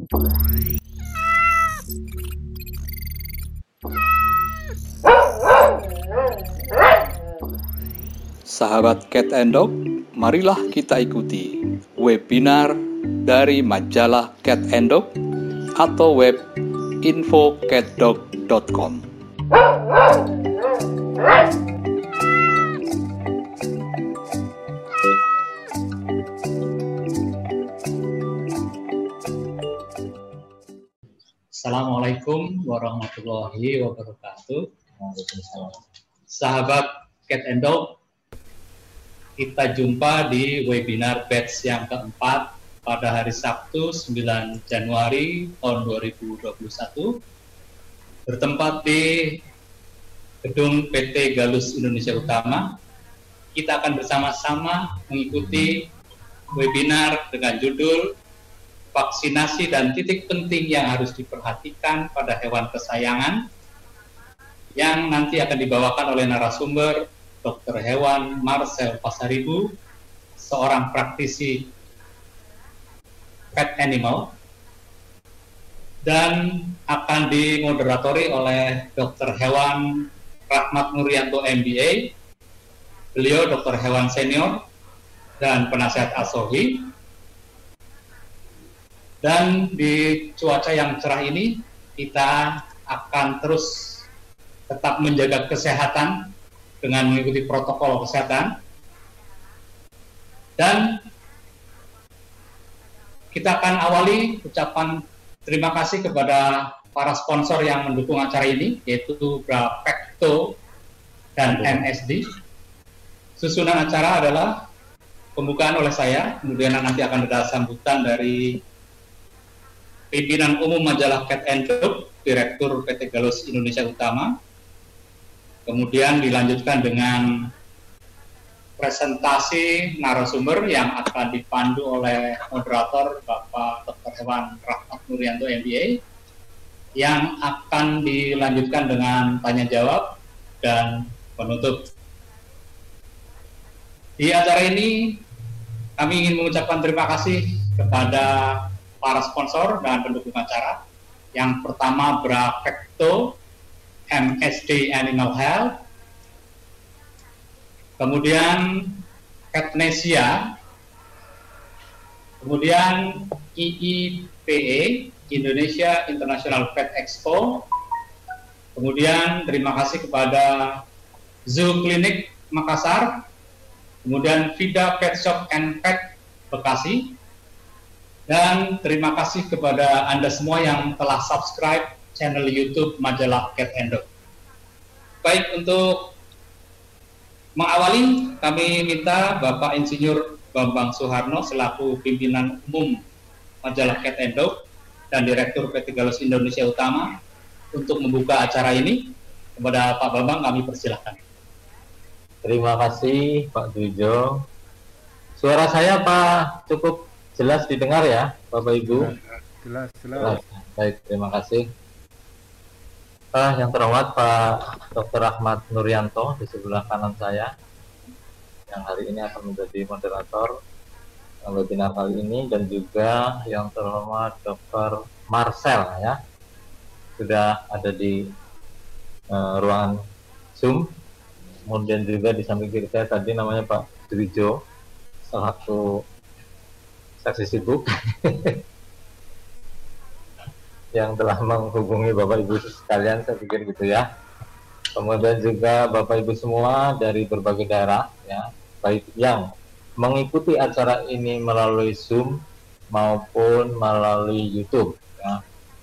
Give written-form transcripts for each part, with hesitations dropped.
Sahabat Cat and Dog, marilah kita ikuti webinar dari majalah Cat and Dog atau web infocatdog.com. Assalamualaikum warahmatullahi wabarakatuh. Sahabat Cat and Dog, kita jumpa di webinar batch yang keempat pada hari Sabtu 9 Januari tahun 2021 bertempat di gedung PT Galus Indonesia Utama. Kita akan bersama-sama mengikuti webinar dengan judul vaksinasi dan titik penting yang harus diperhatikan pada hewan kesayangan, yang nanti akan dibawakan oleh narasumber Dr. Hewan Marcel Pasaribu, seorang praktisi pet animal, dan akan dimoderatori oleh Dr. Hewan Rahmat Nuryanto MBA. Beliau Dr. Hewan senior dan penasihat ASOHI. Dan di cuaca yang cerah ini kita akan terus tetap menjaga kesehatan dengan mengikuti protokol kesehatan, dan kita akan awali ucapan terima kasih kepada para sponsor yang mendukung acara ini, yaitu Brapecto dan MSD. Susunan acara adalah pembukaan oleh saya, kemudian nanti akan ada sambutan dari pimpinan umum majalah Cat and Dog, Direktur PT Galus Indonesia Utama. Kemudian dilanjutkan dengan presentasi narasumber yang akan dipandu oleh moderator Bapak Dr. Hewan Rahmat Nuryanto MBA, yang akan dilanjutkan dengan tanya jawab dan penutup. Di acara ini kami ingin mengucapkan terima kasih kepada para sponsor dan pendukung acara. Yang pertama Brapecto, MSD Animal Health, kemudian Catnesia, kemudian IIPE, Indonesia International Pet Expo, kemudian terima kasih kepada Zoo Clinic Makassar, kemudian Vida Pet Shop and Pet Bekasi, dan terima kasih kepada Anda semua yang telah subscribe channel YouTube majalah Cat and Dog. Baik, untuk mengawali kami minta Bapak Insinyur Bambang Suharno selaku pimpinan umum majalah Cat and Dog dan Direktur PT Galus Indonesia Utama untuk membuka acara ini. Kepada Pak Bambang kami persilahkan. Terima kasih Pak Dujo. Suara saya Pak cukup jelas didengar ya Bapak Ibu? Jelas. Baik, terima kasih. Yang terhormat Pak Dr. Rahmat Nuryanto di sebelah kanan saya, yang hari ini akan menjadi moderator webinar kali ini, dan juga yang terhormat Dr. Marcel ya, sudah ada di ruangan Zoom. Kemudian juga di samping kiri saya tadi namanya Pak Dwijo, salah satu saksi sibuk yang telah menghubungi Bapak Ibu sekalian, saya pikir gitu ya. Kemudian juga Bapak Ibu semua dari berbagai daerah ya, baik yang mengikuti acara ini melalui Zoom maupun melalui YouTube ya.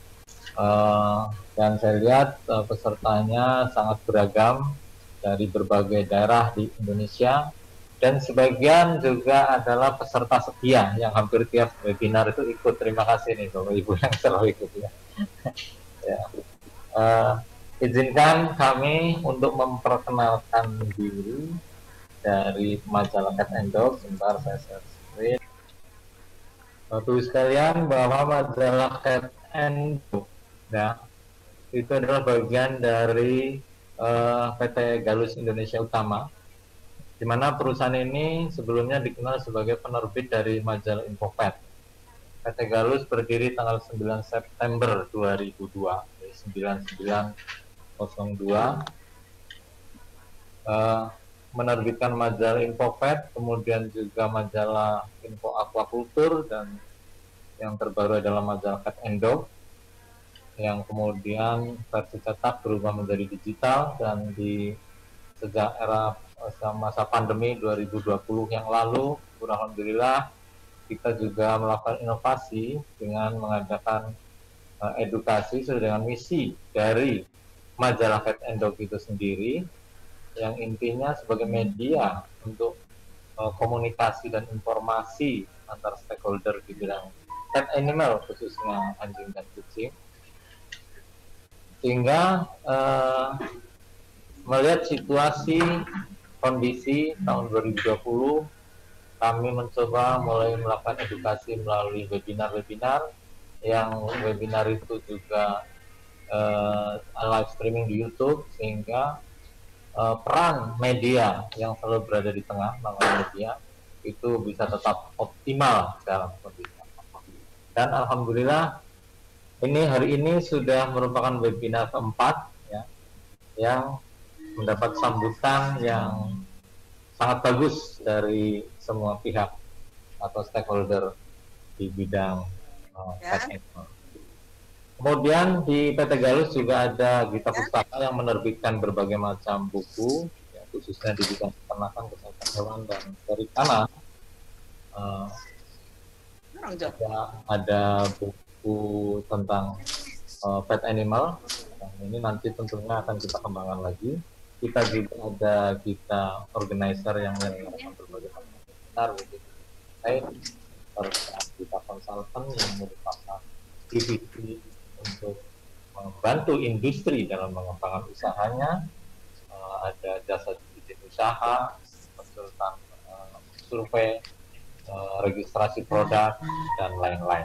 Dan saya lihat pesertanya sangat beragam dari berbagai daerah di Indonesia, dan sebagian juga adalah peserta setia yang hampir tiap webinar itu ikut. Terima kasih nih Bapak Ibu yang selalu ikut ya. Izinkan kami untuk memperkenalkan diri dari majalah Cat and Dog. Sebentar saya share screen. Bapak Ibu sekalian, bahwa majalah Cat and Dog ya, itu adalah bagian dari PT Galus Indonesia Utama, di mana perusahaan ini sebelumnya dikenal sebagai penerbit dari majalah Infopet. PT Galus berdiri tanggal 9 September 2002, 9902, menerbitkan majalah Infopet, kemudian juga majalah Info Aquaculture, dan yang terbaru adalah majalah Cat and Dog, yang kemudian versi cetak berubah menjadi digital. Dan di sejak era masa pandemi 2020 yang lalu, alhamdulillah kita juga melakukan inovasi dengan mengadakan edukasi sesuai dengan misi dari majalah Cat and Dog itu sendiri, yang intinya sebagai media untuk komunikasi dan informasi antar stakeholder di bidang pet animal, khususnya anjing dan kucing, sehingga melihat situasi kondisi tahun 2020, kami mencoba mulai melakukan edukasi melalui webinar-webinar, yang webinar itu juga live streaming di YouTube, sehingga peran media yang selalu berada di tengah, namanya media, itu bisa tetap optimal dalam kondisi. Dan alhamdulillah hari ini sudah merupakan webinar keempat, ya, yang mendapat sambutan yang sangat bagus dari semua pihak atau stakeholder di bidang pet animal. Kemudian di PT Galus juga ada Gita Pustaka yang menerbitkan berbagai macam buku, ya, khususnya di bidang peternakan, kesehatan hewan, dan perikanan. Ada buku tentang pet animal, dan ini nanti tentunya akan kita kembangkan lagi. Kita juga ada kita organizer yang menyelenggarakan berbagai macam seminar, kita konsultan yang merupakan divisi untuk membantu industri dalam mengembangkan usahanya. Ada jasa izin usaha, konsultan survei, registrasi produk, dan lain-lain.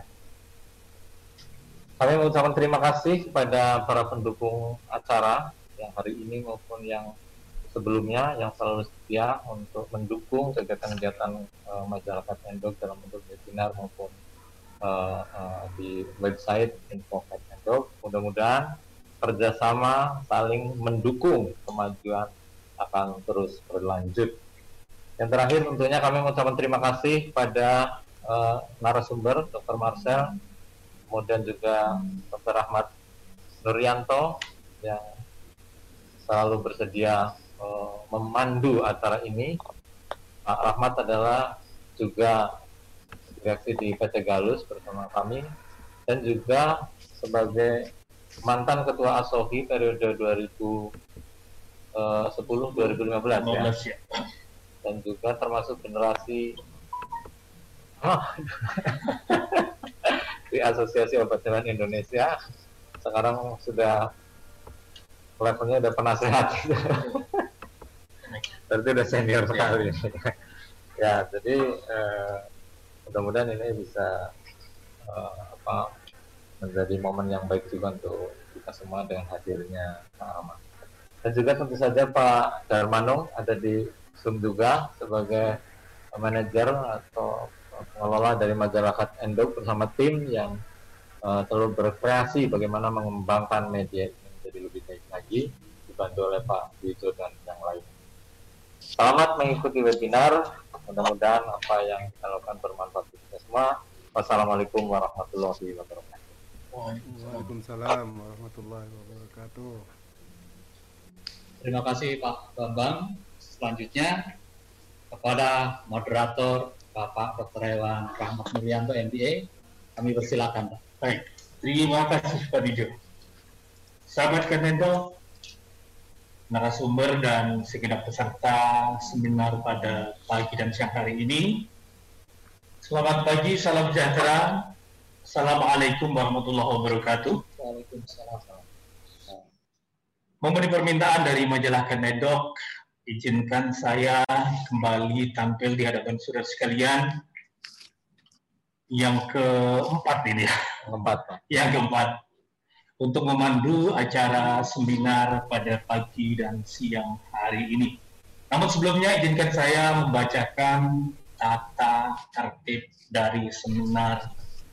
Kami mengucapkan terima kasih kepada para pendukung acara yang hari ini maupun yang sebelumnya, yang selalu setia untuk mendukung kegiatan-kegiatan majalah Cat and Dog dalam bentuk webinar maupun di website Info Cat and Dog. Mudah-mudahan kerjasama saling mendukung kemajuan akan terus berlanjut. Yang terakhir tentunya kami mengucapkan terima kasih pada narasumber Dr. Marcel, kemudian juga Dr. Ahmad Nuryanto yang selalu bersedia memandu acara ini. Pak Rahmat adalah juga direksi di PT Galus bersama kami, dan juga sebagai mantan ketua ASOHI periode 2010-2015 ya. Dan juga termasuk generasi di Asosiasi Obat Hewan Indonesia. Sekarang sudah levelnya udah penasehat. Berarti udah senior sekali. Ya, jadi mudah-mudahan ini bisa menjadi momen yang baik juga untuk kita semua dengan hadirnya Pak Ahmad. Dan juga tentu saja Pak Darmanung ada di Zoom juga sebagai manajer atau pengelola dari majalah Cat and Dog bersama tim yang selalu berkreasi bagaimana mengembangkan media ini menjadi lebih baik lagi, dibantu oleh Pak Wijo dan yang lain. Selamat mengikuti webinar, mudah-mudahan apa yang kita lakukan bermanfaat untuk kita semua. Wassalamualaikum warahmatullahi wabarakatuh. Waalaikumsalam warahmatullahi wabarakatuh. Terima kasih Pak Bambang. Selanjutnya kepada moderator Bapak Dr. Hewan Rahmat Nuryanto MBA, kami persilakan Pak. Baik, terima kasih Pak Dijo. Sahabat Cat and Dog, narasumber dan segenap peserta seminar pada pagi dan siang hari ini. Selamat pagi, salam sejahtera. Assalamualaikum warahmatullahi wabarakatuh. Waalaikumsalam. Memenuhi permintaan dari majalah Cat and Dog, izinkan saya kembali tampil di hadapan saudara sekalian yang keempat ini ya. Yang keempat, untuk memandu acara seminar pada pagi dan siang hari ini. Namun sebelumnya izinkan saya membacakan tata tertib dari seminar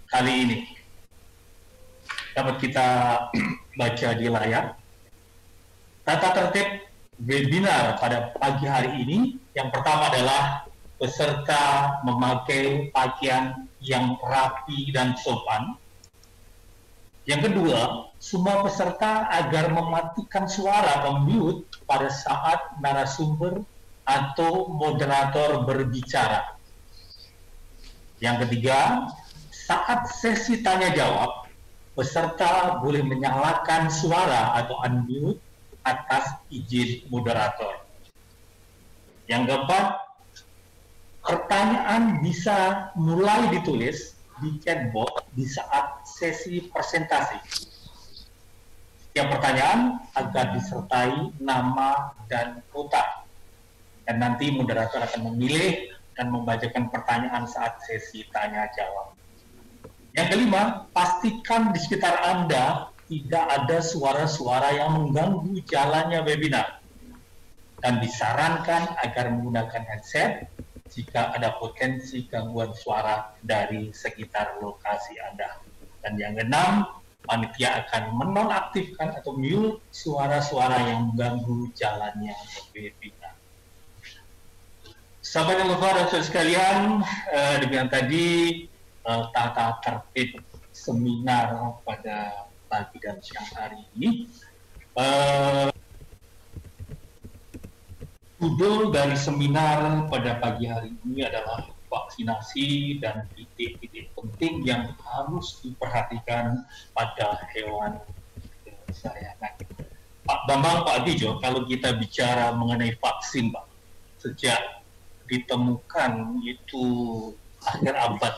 kali ini. Dapat kita baca di layar. Tata tertib webinar pada pagi hari ini, yang pertama adalah peserta memakai pakaian yang rapi dan sopan. Yang kedua, semua peserta agar mematikan suara atau mute pada saat narasumber atau moderator berbicara. Yang ketiga, saat sesi tanya jawab, peserta boleh menyalakan suara atau unmute atas izin moderator. Yang keempat, pertanyaan bisa mulai ditulis di chatbox di saat sesi presentasi. Setiap pertanyaan agar disertai nama dan kota. Dan nanti moderator akan memilih dan membacakan pertanyaan saat sesi tanya jawab. Yang kelima, pastikan di sekitar Anda tidak ada suara-suara yang mengganggu jalannya webinar. Dan disarankan agar menggunakan headset jika ada potensi gangguan suara dari sekitar lokasi Anda. Dan yang keenam, panitia akan menonaktifkan atau mute suara-suara yang mengganggu jalannya webinar. Sahabat yang dan saudara sekalian, dengan tadi tata tertib seminar pada pagi dan siang hari ini. Judul dari seminar pada pagi hari ini adalah vaksinasi dan titik-titik penting yang harus diperhatikan pada hewan kesayangan. Pak Bambang, Pak Adijo, kalau kita bicara mengenai vaksin, Pak, sejak ditemukan itu akhir abad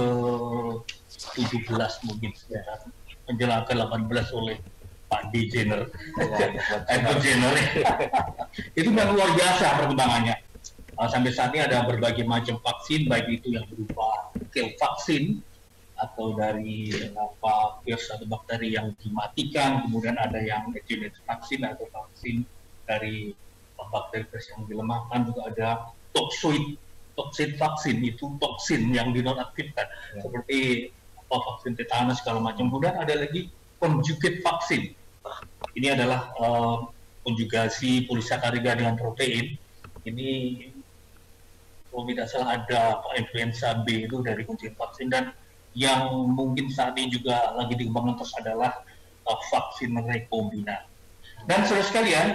ke-17 mungkin, menjelang ke-18 oleh Pak D. Jenner, Edward Jenner, itu memang luar biasa perkembangannya. Sampai saat ini ada berbagai macam vaksin, baik itu yang berupa kill vaksin atau dari virus atau bakteri yang dimatikan, kemudian ada yang genetik vaksin atau vaksin dari bakteri virus yang dilemahkan, juga ada toxoid vaksin, itu toksin yang dinonaktifkan, seperti vaksin tetanus segala macam. Kemudian ada lagi conjugate vaksin. Ini adalah konjugasi polisakarida dengan protein. Ini kalau tidak salah ada influenza B itu dari conjugate vaksin, dan yang mungkin saat ini juga lagi dikembangkan terus adalah vaksin rekombinan. Dan saudara sekalian,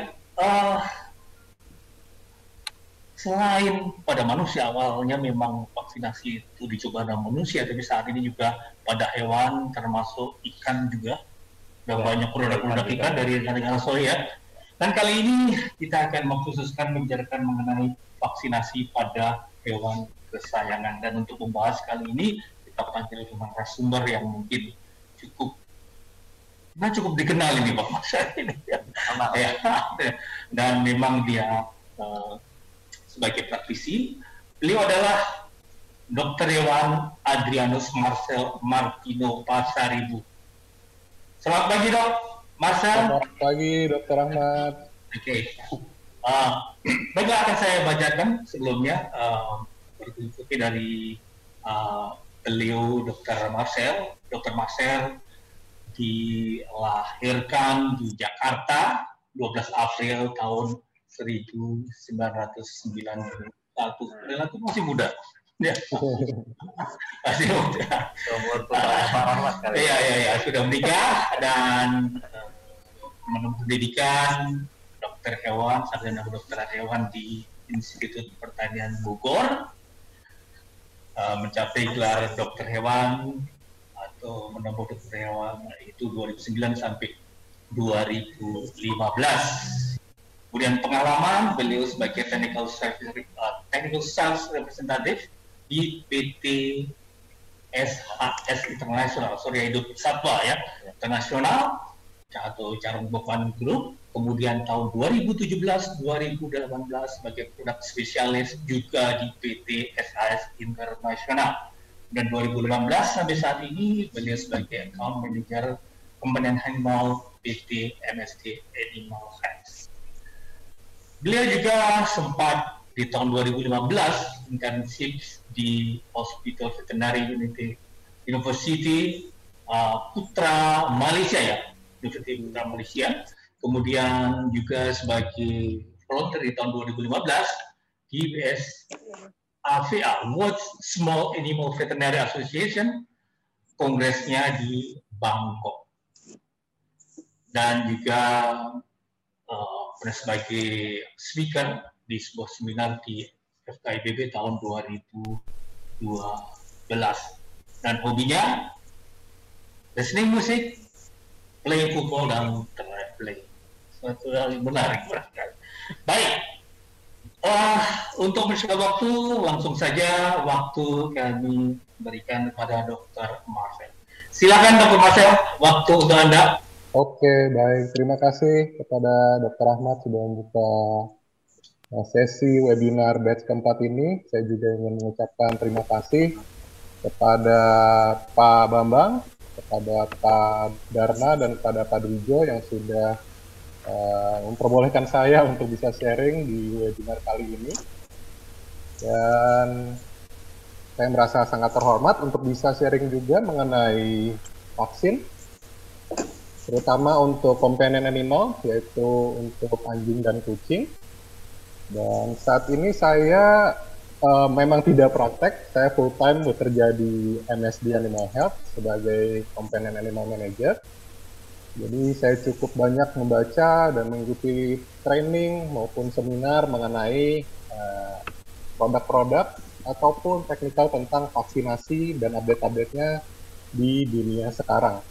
selain pada manusia, awalnya memang vaksinasi itu dicoba pada manusia, tapi saat ini juga pada hewan, termasuk ikan juga. Dan banyak produk-produk ikan dari negara soya. Dan kali ini kita akan mengkhususkan membicarakan mengenai vaksinasi pada hewan kesayangan. Dan untuk membahas kali ini, kita panggil narasumber yang mungkin cukup dikenal ini Pak Mas ini. Ya. Dan memang dia sebagai praktisi. Beliau adalah Dr. Hewan Adrianus Marcel Martino Pasaribu. Selamat pagi Dok, Marcel. Selamat pagi Dr. Ahmad. Oke. Baiklah, akan saya bacakan sebelumnya berikutnya dari beliau Dr. Marcel. Dr. Marcel dilahirkan di Jakarta 12 April tahun 1991. Relatif masih muda. Ya. Masih muda. Iya, sudah menikah dan menempuh pendidikan dokter hewan, sarjana kedokteran hewan di Institut Pertanian Bogor, mencapai gelar dokter hewan atau menempuh dokter hewan itu 2009 sampai 2015. Kemudian pengalaman beliau sebagai technical sales representative di PT SHS Internasional, Surya Hidup Satwa ya, Internasional atau Carung Bokwan Group. Kemudian tahun 2017-2018 sebagai produk spesialis juga di PT SHS Internasional. Dan 2018 sampai saat ini beliau sebagai account manager komponen animal PT MSD Animal Health. Beliau juga sempat di tahun 2015 internship di Hospital Veterinary Unit University Putra Malaysia ya, University Putra Malaysia. Kemudian juga sebagai volunteer di tahun 2015 di WSAVA, World Small Animal Veterinary Association, kongresnya di Bangkok. Dan juga pernah sebagai speaker di sebuah seminar di FKIBB tahun 2012. Dan hobinya listening musik, playing football, dan traveling. Suatu hal yang menarik sekali. Baik, untuk bersingkat waktu, langsung saja waktu kami berikan kepada Dr. Marcel. Silakan Dr. Marcel, waktu untuk Anda. Oke, baik. Terima kasih kepada Dr. Ahmad sudah membuka sesi webinar batch keempat ini. Saya juga ingin mengucapkan terima kasih kepada Pak Bambang, kepada Pak Darna, dan kepada Pak Dwijo yang sudah memperbolehkan saya untuk bisa sharing di webinar kali ini. Dan saya merasa sangat terhormat untuk bisa sharing juga mengenai vaksin, terutama untuk companion animal, yaitu untuk anjing dan kucing. Dan saat ini saya memang tidak praktek, saya full time bekerja di MSD Animal Health sebagai companion animal manager. Jadi saya cukup banyak membaca dan mengikuti training maupun seminar mengenai produk-produk ataupun teknikal tentang vaksinasi dan update-update-nya di dunia sekarang.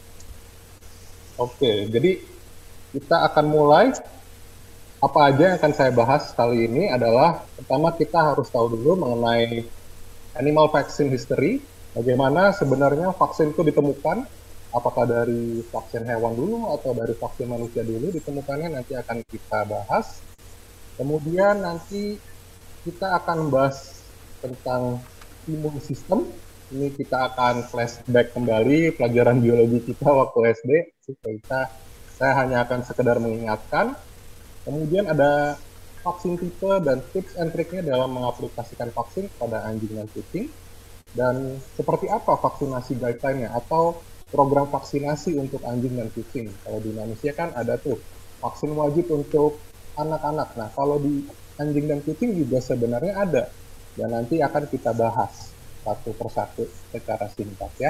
Oke, jadi kita akan mulai. Apa aja yang akan saya bahas kali ini adalah, pertama kita harus tahu dulu mengenai animal vaccine history, bagaimana sebenarnya vaksin itu ditemukan, apakah dari vaksin hewan dulu atau dari vaksin manusia dulu ditemukannya, nanti akan kita bahas. Kemudian nanti kita akan membahas tentang imun sistem. Ini kita akan flashback kembali pelajaran biologi kita waktu SD, supaya saya hanya akan sekedar mengingatkan. Kemudian ada vaksin tipe dan tips and triknya dalam mengaplikasikan vaksin pada anjing dan kucing. Dan seperti apa vaksinasi guideline-nya atau program vaksinasi untuk anjing dan kucing. Kalau di manusia kan ada tuh vaksin wajib untuk anak-anak. Nah, kalau di anjing dan kucing juga sebenarnya ada. Dan nanti akan kita bahas satu persatu secara singkat ya.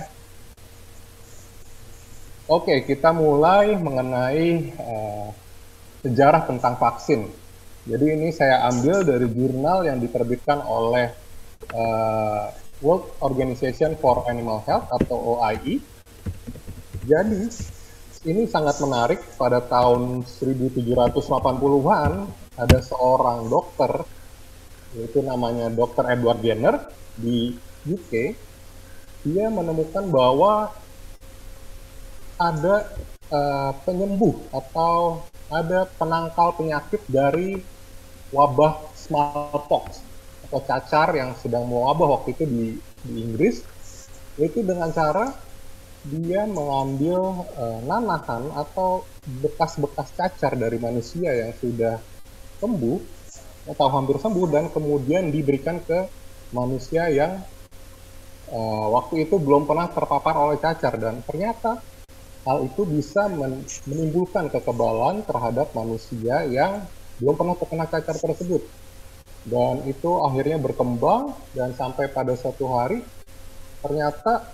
Oke, kita mulai mengenai sejarah tentang vaksin. Jadi ini saya ambil dari jurnal yang diterbitkan oleh World Organization for Animal Health atau OIE. Jadi ini sangat menarik. Pada tahun 1780-an ada seorang dokter, yaitu namanya Dr. Edward Jenner di UK. Dia menemukan bahwa ada penyembuh atau ada penangkal penyakit dari wabah smallpox atau cacar yang sedang mewabah waktu itu di Inggris, yaitu dengan cara dia mengambil nanahan atau bekas-bekas cacar dari manusia yang sudah sembuh atau hampir sembuh, dan kemudian diberikan ke manusia yang waktu itu belum pernah terpapar oleh cacar, dan ternyata hal itu bisa menimbulkan kekebalan terhadap manusia yang belum pernah terkena cacar tersebut. Dan itu akhirnya berkembang, dan sampai pada suatu hari ternyata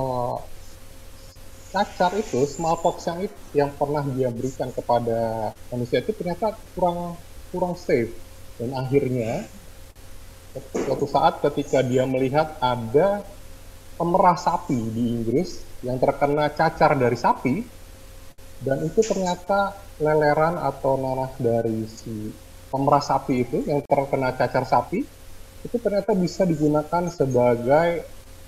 cacar itu, smallpox yang pernah dia berikan kepada manusia itu ternyata kurang safe. Dan akhirnya suatu saat ketika dia melihat ada pemerah sapi di Inggris yang terkena cacar dari sapi, dan itu ternyata leleran atau nanah dari si pemerah sapi itu yang terkena cacar sapi, itu ternyata bisa digunakan sebagai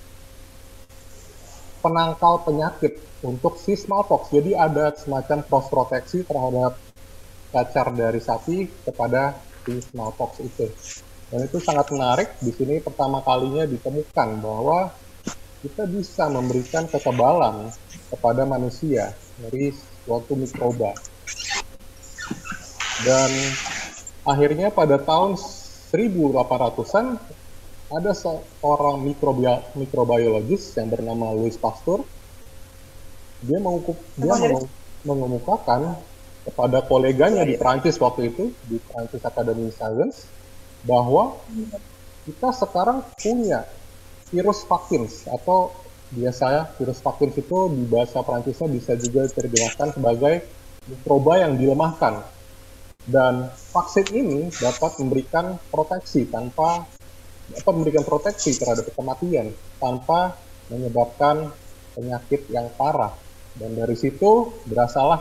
penangkal penyakit untuk si smallpox. Jadi ada semacam cross proteksi terhadap cacar dari sapi kepada si smallpox itu. Dan itu sangat menarik. Di sini pertama kalinya ditemukan bahwa kita bisa memberikan kekebalan kepada manusia dari suatu mikroba. Dan akhirnya pada tahun 1800-an ada seorang mikrobiologis yang bernama Louis Pasteur. Dia mengemukakan kepada koleganya di Prancis waktu itu, di Prancis Academy Science, bahwa kita sekarang punya virus vaccins, atau biasanya virus vaccins itu di bahasa Prancisnya bisa juga diterjemahkan sebagai mikroba yang dilemahkan. Dan vaksin ini dapat memberikan proteksi terhadap kematian tanpa menyebabkan penyakit yang parah. Dan dari situ berasalah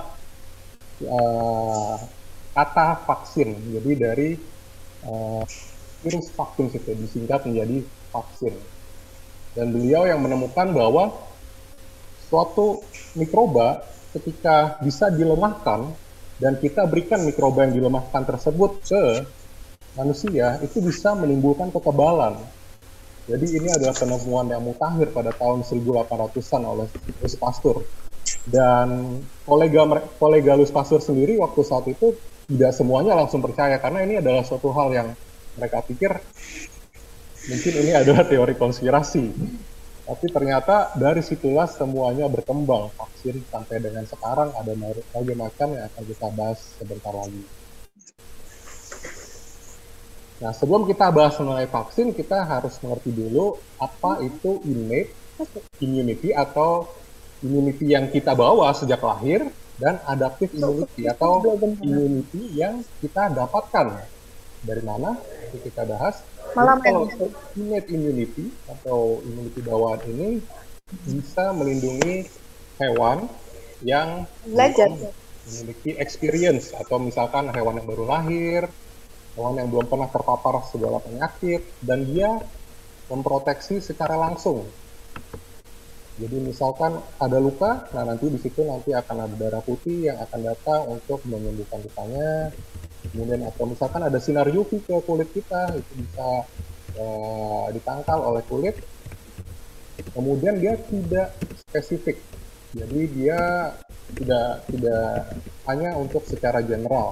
kata vaksin. Jadi dari virus vaksin itu disingkat menjadi vaksin. Dan beliau yang menemukan bahwa suatu mikroba ketika bisa dilemahkan dan kita berikan mikroba yang dilemahkan tersebut ke manusia, itu bisa menimbulkan kekebalan. Jadi ini adalah penemuan yang mutakhir pada tahun 1800-an oleh Louis Pasteur. Dan kolega Louis Pasteur sendiri waktu saat itu tidak semuanya langsung percaya, karena ini adalah suatu hal yang mereka pikir mungkin ini adalah teori konspirasi. Tapi ternyata dari situlah semuanya berkembang, vaksin sampai dengan sekarang ada berbagai macam yang akan kita bahas sebentar lagi. Nah, sebelum kita bahas mengenai vaksin, kita harus mengerti dulu apa itu innate immunity atau immunity yang kita bawa sejak lahir, dan adaptive immunity atau immunity yang kita dapatkan. Dari mana? Itu kita bahas. Kalau innate immunity atau immunity bawaan ini bisa melindungi hewan yang memiliki experience, atau misalkan hewan yang baru lahir, hewan yang belum pernah terpapar segala penyakit, dan dia memproteksi secara langsung. Jadi misalkan ada luka, nah nanti di situ akan ada darah putih yang akan datang untuk menyembuhkan lukanya. Kemudian atau misalkan ada sinar UV ke kulit kita, itu bisa ditangkal oleh kulit. Kemudian dia tidak spesifik, jadi dia tidak hanya untuk secara general.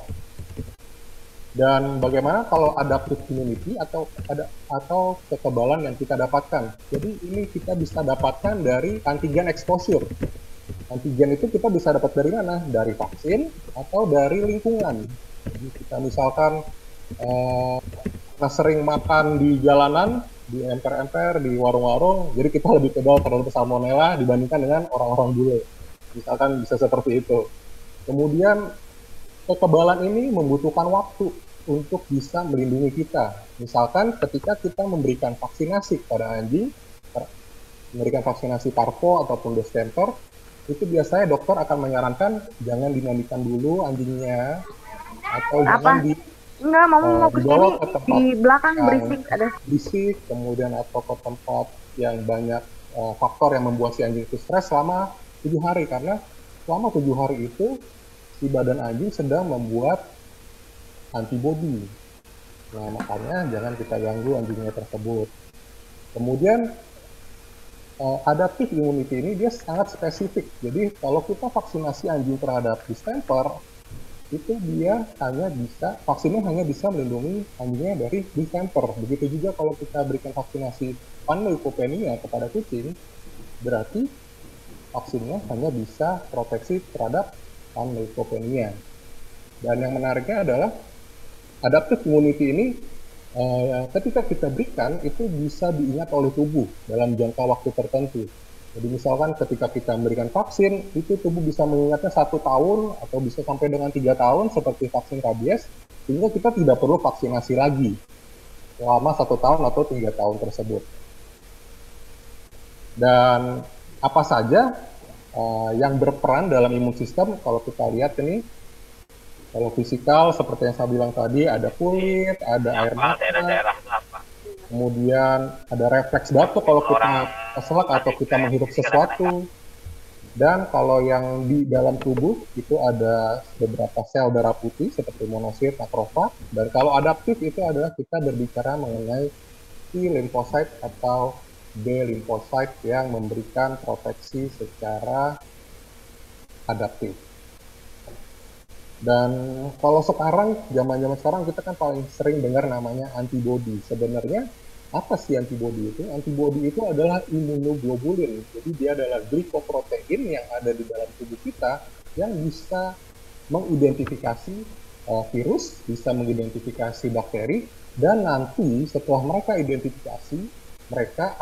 Dan bagaimana kalau adaptive immunity atau kekebalan yang kita dapatkan? Jadi ini kita bisa dapatkan dari antigen exposure. Antigen itu kita bisa dapat dari mana? Dari vaksin atau dari lingkungan. Jadi kita misalkan sering makan di jalanan, di emper-emper, di warung-warung, jadi kita lebih kebal terhadap salmonella dibandingkan dengan orang-orang bule. Misalkan bisa seperti itu. Kemudian kekebalan ini membutuhkan waktu untuk bisa melindungi kita. Misalkan ketika kita memberikan vaksinasi kepada anjing, memberikan vaksinasi parvo ataupun distemper, itu biasanya dokter akan menyarankan jangan dimandikan dulu anjingnya, atau jangan dibawa ke tempat di belakang berisik, kemudian atau ke tempat yang banyak faktor yang membuat si anjing itu stres selama 7 hari, karena selama 7 hari itu si badan anjing sedang membuat antibodi. Nah, makanya jangan kita ganggu anjingnya tersebut. Kemudian adaptive immunity ini dia sangat spesifik. Jadi kalau kita vaksinasi anjing terhadap distemper, itu dia vaksinnya hanya bisa melindungi anjingnya dari distemper. Begitu juga kalau kita berikan vaksinasi panleukopenia kepada kucing, berarti vaksinnya hanya bisa proteksi terhadap panleukopenia. Dan yang menariknya adalah adaptive immunity ini ketika kita berikan itu bisa diingat oleh tubuh dalam jangka waktu tertentu. Jadi misalkan ketika kita memberikan vaksin, itu tubuh bisa mengingatnya 1 tahun atau bisa sampai dengan 3 tahun seperti vaksin rabies, sehingga kita tidak perlu vaksinasi lagi selama 1 tahun atau 3 tahun tersebut. Dan apa saja yang berperan dalam imun sistem, kalau kita lihat ini, kalau fisikal seperti yang saya bilang tadi, ada kulit, ada air mata, kemudian ada refleks batuk kalau kita keselak atau kita menghirup sesuatu. Dan kalau yang di dalam tubuh itu ada beberapa sel darah putih seperti monosit, makrofag. Dan kalau adaptif itu adalah kita berbicara mengenai T limfosit atau B limfosit yang memberikan proteksi secara adaptif. Dan kalau sekarang, zaman-zaman sekarang kita kan paling sering dengar namanya antibody. Sebenarnya Apa sih antibodi itu? Antibodi itu adalah imunoglobulin. Jadi dia adalah glikoprotein yang ada di dalam tubuh kita yang bisa mengidentifikasi virus, bisa mengidentifikasi bakteri, dan nanti setelah mereka identifikasi, mereka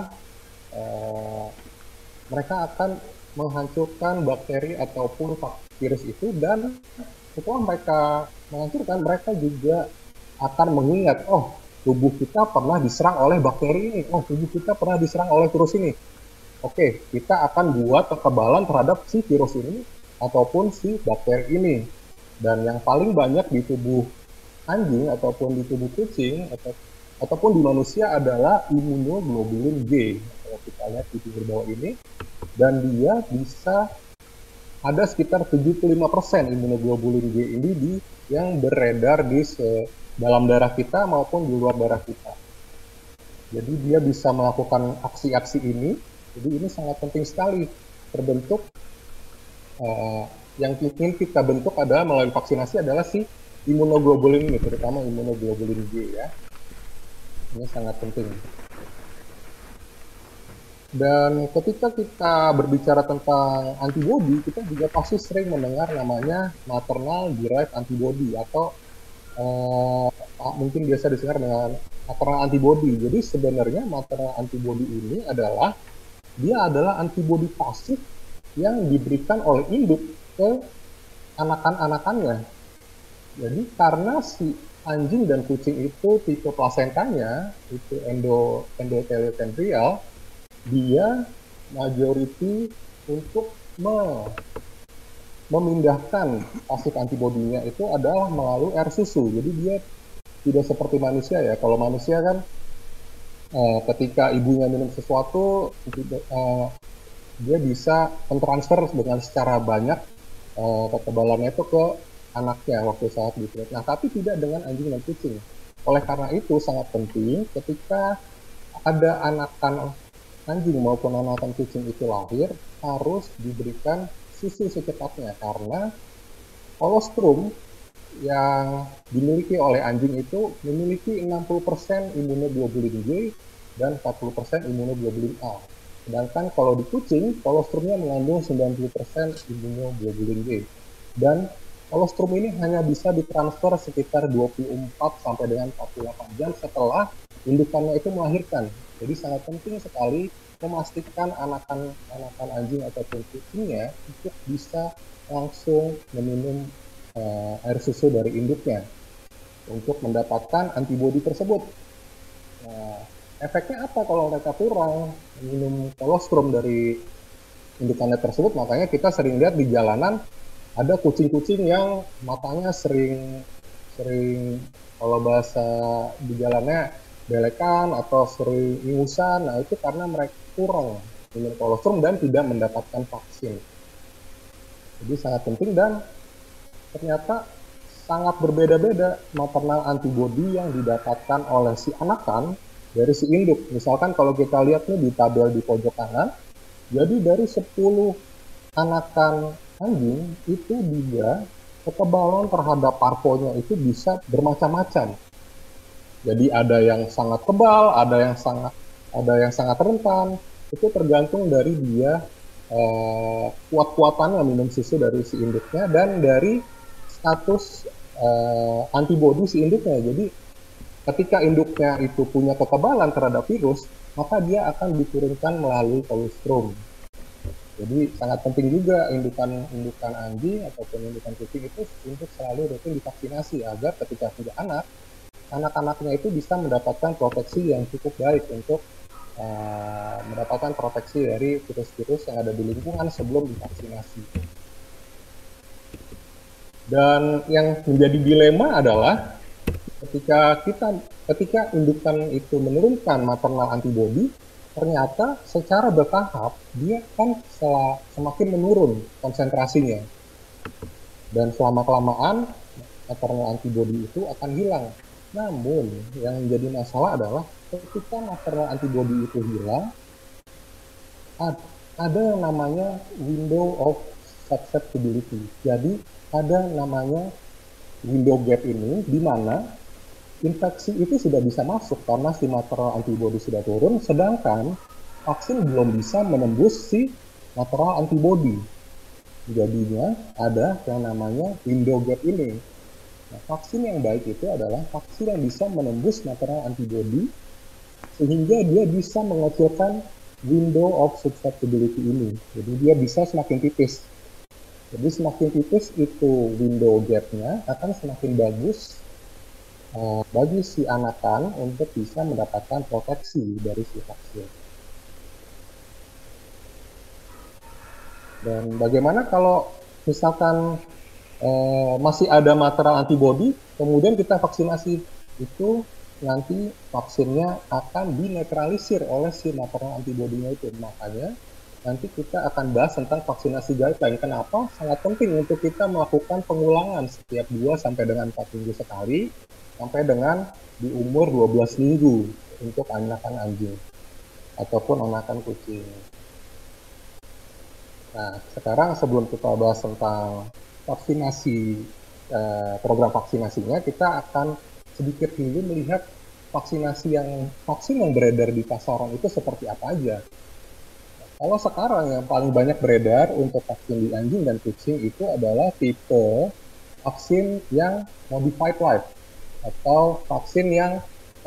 akan menghancurkan bakteri ataupun virus itu, dan setelah mereka menghancurkan, mereka juga akan mengingat, oh, tubuh kita pernah diserang oleh bakteri ini, oh, tubuh kita pernah diserang oleh virus ini. Oke, kita akan buat kekebalan terhadap si virus ini ataupun si bakteri ini. Dan yang paling banyak di tubuh anjing ataupun di tubuh kucing ataupun di manusia adalah imunoglobulin G. Kalau kita lihat di pinggir bawah ini, dan dia bisa ada sekitar 75% imunoglobulin G ini yang beredar di dalam darah kita maupun di luar darah kita. Jadi dia bisa melakukan aksi-aksi ini. Jadi ini sangat penting sekali terbentuk. Yang ingin kita bentuk adalah melalui vaksinasi adalah si imunoglobulin ini, terutama imunoglobulin G ya. Ini sangat penting. Dan ketika kita berbicara tentang antibodi, kita juga pasti sering mendengar namanya maternal derived antibody atau mungkin biasa didengar dengan maternal antibody. Jadi sebenarnya maternal antibody ini adalah antibodi pasif yang diberikan oleh induk ke anakan-anakannya. Jadi karena si anjing dan kucing itu tipe plasentanya itu endothelial, dia majority untuk memindahkan pasif antibodinya itu adalah melalui air susu. Jadi dia tidak seperti manusia ya. Kalau manusia kan ketika ibunya minum sesuatu, dia bisa mentransfer dengan secara banyak kekebalannya itu ke anaknya waktu saat diperut. Nah, tapi tidak dengan anjing dan kucing. Oleh karena itu sangat penting ketika ada anakan anjing maupun anakan kucing itu lahir, harus diberikan susu secepatnya, karena kolostrum yang dimiliki oleh anjing itu memiliki 60% imunoglobulin G dan 40% imunoglobulin A. Sedangkan kalau di kucing, kolostrumnya mengandung 90% imunoglobulin G. Dan kolostrum ini hanya bisa ditransfer sekitar 24 sampai dengan 48 jam setelah indukannya itu melahirkan. Jadi sangat penting sekali memastikan anakan anjing ataupun kucingnya untuk bisa langsung meminum air susu dari induknya untuk mendapatkan antibodi tersebut. Nah, efeknya apa kalau mereka kurang minum kolostrum dari indukannya tersebut? Makanya kita sering lihat di jalanan ada kucing-kucing yang matanya sering kalau bahasa di jalannya belekan atau sering ingusan. Nah, itu karena mereka kurang minum kolostrum dan tidak mendapatkan vaksin. Jadi sangat penting, dan ternyata sangat berbeda-beda maternal antibody yang didapatkan oleh si anakan dari si induk. Misalkan kalau kita lihat nih di tabel di pojok kanan, jadi dari 10 anakan anjing itu dia kekebalan terhadap parvonya itu bisa bermacam-macam. Jadi ada yang sangat kebal, ada yang sangat rentan. Itu tergantung dari dia kuat-kuatannya minum susu dari si induknya dan dari status antibodi si induknya. Jadi ketika induknya itu punya kekebalan terhadap virus, maka dia akan diturunkan melalui kolostrum. Jadi sangat penting juga indukan anjing ataupun indukan kucing itu untuk selalu rutin divaksinasi agar ketika punya anak-anaknya itu bisa mendapatkan proteksi yang cukup baik untuk mendapatkan proteksi dari virus-virus yang ada di lingkungan sebelum divaksinasi. Dan yang menjadi dilema adalah ketika indukan itu menurunkan maternal antibody, ternyata secara bertahap dia kan semakin menurun konsentrasinya. Dan selama-kelamaan maternal antibody itu akan hilang. Namun yang menjadi masalah adalah ketika maternal antibody itu hilang, ada yang namanya window of susceptibility. Jadi ada namanya window gap ini, di mana infeksi itu sudah bisa masuk karena si material antibodi sudah turun, sedangkan vaksin belum bisa menembus si material antibodi. Jadinya ada yang namanya window gap ini. Nah, vaksin yang baik itu adalah vaksin yang bisa menembus material antibodi sehingga dia bisa mengecilkan window of susceptibility ini. Jadi dia bisa semakin tipis. Jadi semakin tipis itu window gap-nya akan semakin bagus bagi si anakan untuk bisa mendapatkan proteksi dari si vaksin. Dan bagaimana kalau misalkan masih ada material antibodi, kemudian kita vaksinasi, itu nanti vaksinnya akan dinetralisir oleh si material antibodinya itu. Makanya nanti kita akan bahas tentang vaksinasi guideline. Kenapa? Sangat penting untuk kita melakukan pengulangan setiap 2 sampai dengan 4 minggu sekali, sampai dengan di umur 12 minggu untuk anakan anjing ataupun anakan kucing. Nah, sekarang sebelum kita bahas tentang vaksinasi, program vaksinasinya, kita akan sedikit dulu melihat vaksin yang beredar di pasaran itu seperti apa aja. Kalau sekarang yang paling banyak beredar untuk vaksin di anjing dan kucing itu adalah tipe vaksin yang modified live atau vaksin yang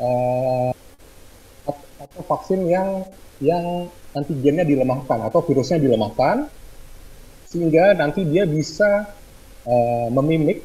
antigennya dilemahkan atau virusnya dilemahkan sehingga nanti dia bisa memimik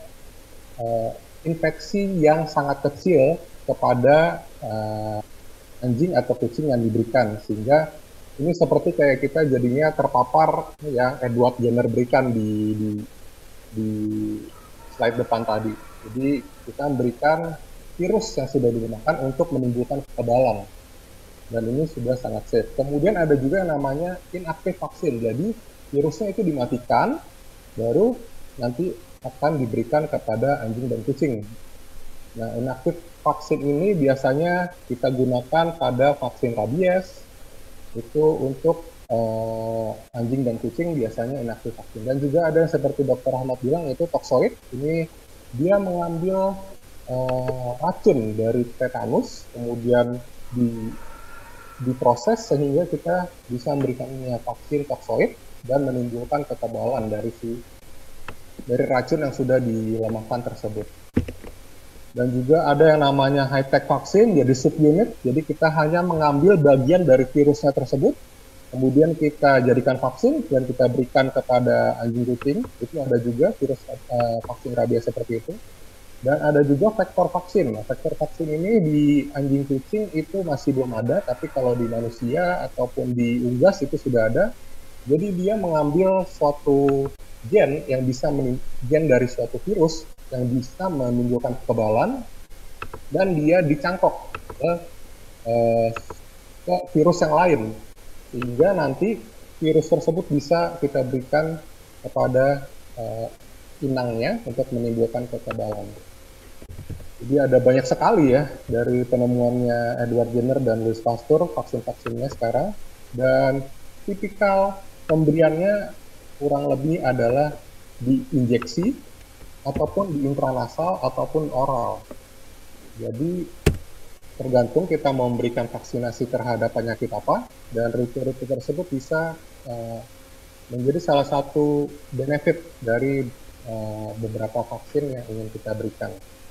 infeksi yang sangat kecil kepada anjing atau kucing yang diberikan, sehingga ini seperti kayak kita jadinya terpapar yang Edward Jenner berikan di slide depan tadi. Jadi kita memberikan virus yang sudah digunakan untuk menimbulkan kekebalan, dan ini sudah sangat safe. Kemudian ada juga yang namanya inactive vaksin, jadi virusnya itu dimatikan, baru nanti akan diberikan kepada anjing dan kucing. Nah, inactive vaksin ini biasanya kita gunakan pada vaksin rabies, itu untuk anjing dan kucing biasanya inactive vaksin. Dan juga ada yang seperti Dr. Ahmad bilang, itu toxoid. Ini dia mengambil racun dari tetanus, kemudian diproses sehingga kita bisa memberikan vaksin toxoid dan menimbulkan kekebalan dari racun yang sudah dilemahkan tersebut. Dan juga ada yang namanya high-tech vaksin, jadi subunit. Jadi kita hanya mengambil bagian dari virusnya tersebut, kemudian kita jadikan vaksin dan kita berikan kepada anjing kucing. Itu ada juga virus vaksin rabies seperti itu. Dan ada juga vektor vaksin. Nah, vektor vaksin ini di anjing kucing itu masih belum ada, tapi kalau di manusia ataupun di unggas itu sudah ada. Jadi dia mengambil suatu gen yang bisa gen dari suatu virus yang bisa menimbulkan kekebalan, dan dia dicangkok ke virus yang lain, sehingga nanti virus tersebut bisa kita berikan kepada inangnya untuk menimbulkan kekebalan. Jadi ada banyak sekali ya dari penemuannya Edward Jenner dan Louis Pasteur vaksin-vaksinnya sekarang, dan tipikal pemberiannya kurang lebih adalah diinjeksi ataupun di intranasal ataupun oral. Jadi tergantung kita mau memberikan vaksinasi terhadap penyakit apa, dan rute-rute tersebut bisa menjadi salah satu benefit dari beberapa vaksin yang ingin kita berikan.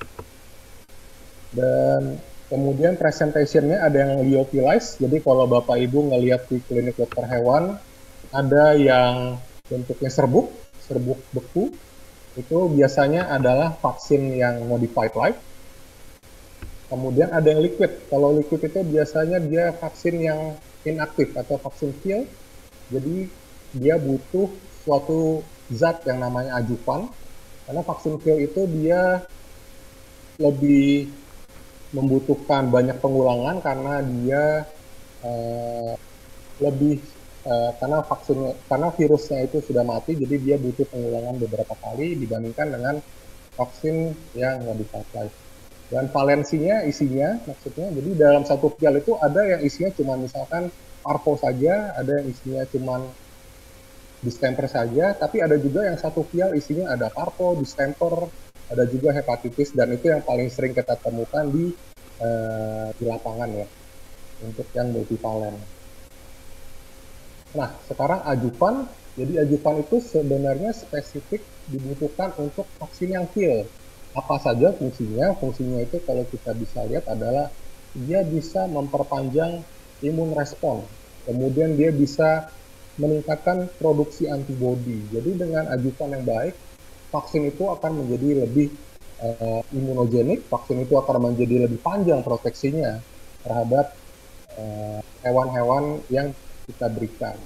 Dan kemudian presentation-nya ada yang lyophilized, jadi kalau Bapak Ibu ngelihat di klinik dokter hewan, ada yang bentuknya serbuk beku, itu biasanya adalah vaksin yang modified live. Kemudian ada yang liquid. Kalau liquid itu biasanya dia vaksin yang inaktif atau vaksin kill. Jadi dia butuh suatu zat yang namanya adjuvan. Karena vaksin kill itu dia lebih membutuhkan banyak pengulangan karena dia karena virusnya itu sudah mati, jadi dia butuh pengulangan beberapa kali dibandingkan dengan vaksin yang modified live. Dan valensinya, isinya maksudnya, jadi dalam satu vial itu ada yang isinya cuma misalkan parvo saja, ada yang isinya cuma distemper saja, tapi ada juga yang satu vial isinya ada parvo, distemper, ada juga hepatitis, dan itu yang paling sering kita temukan di lapangan ya, untuk yang multivalen. Nah, sekarang ajuvan. Jadi ajuvan itu sebenarnya spesifik dibutuhkan untuk vaksin yang kill. Apa saja fungsinya? Fungsinya itu kalau kita bisa lihat adalah dia bisa memperpanjang imun respon. Kemudian dia bisa meningkatkan produksi antibodi. Jadi dengan ajuvan yang baik, vaksin itu akan menjadi lebih imunogenik, vaksin itu akan menjadi lebih panjang proteksinya terhadap hewan-hewan yang kita berikan.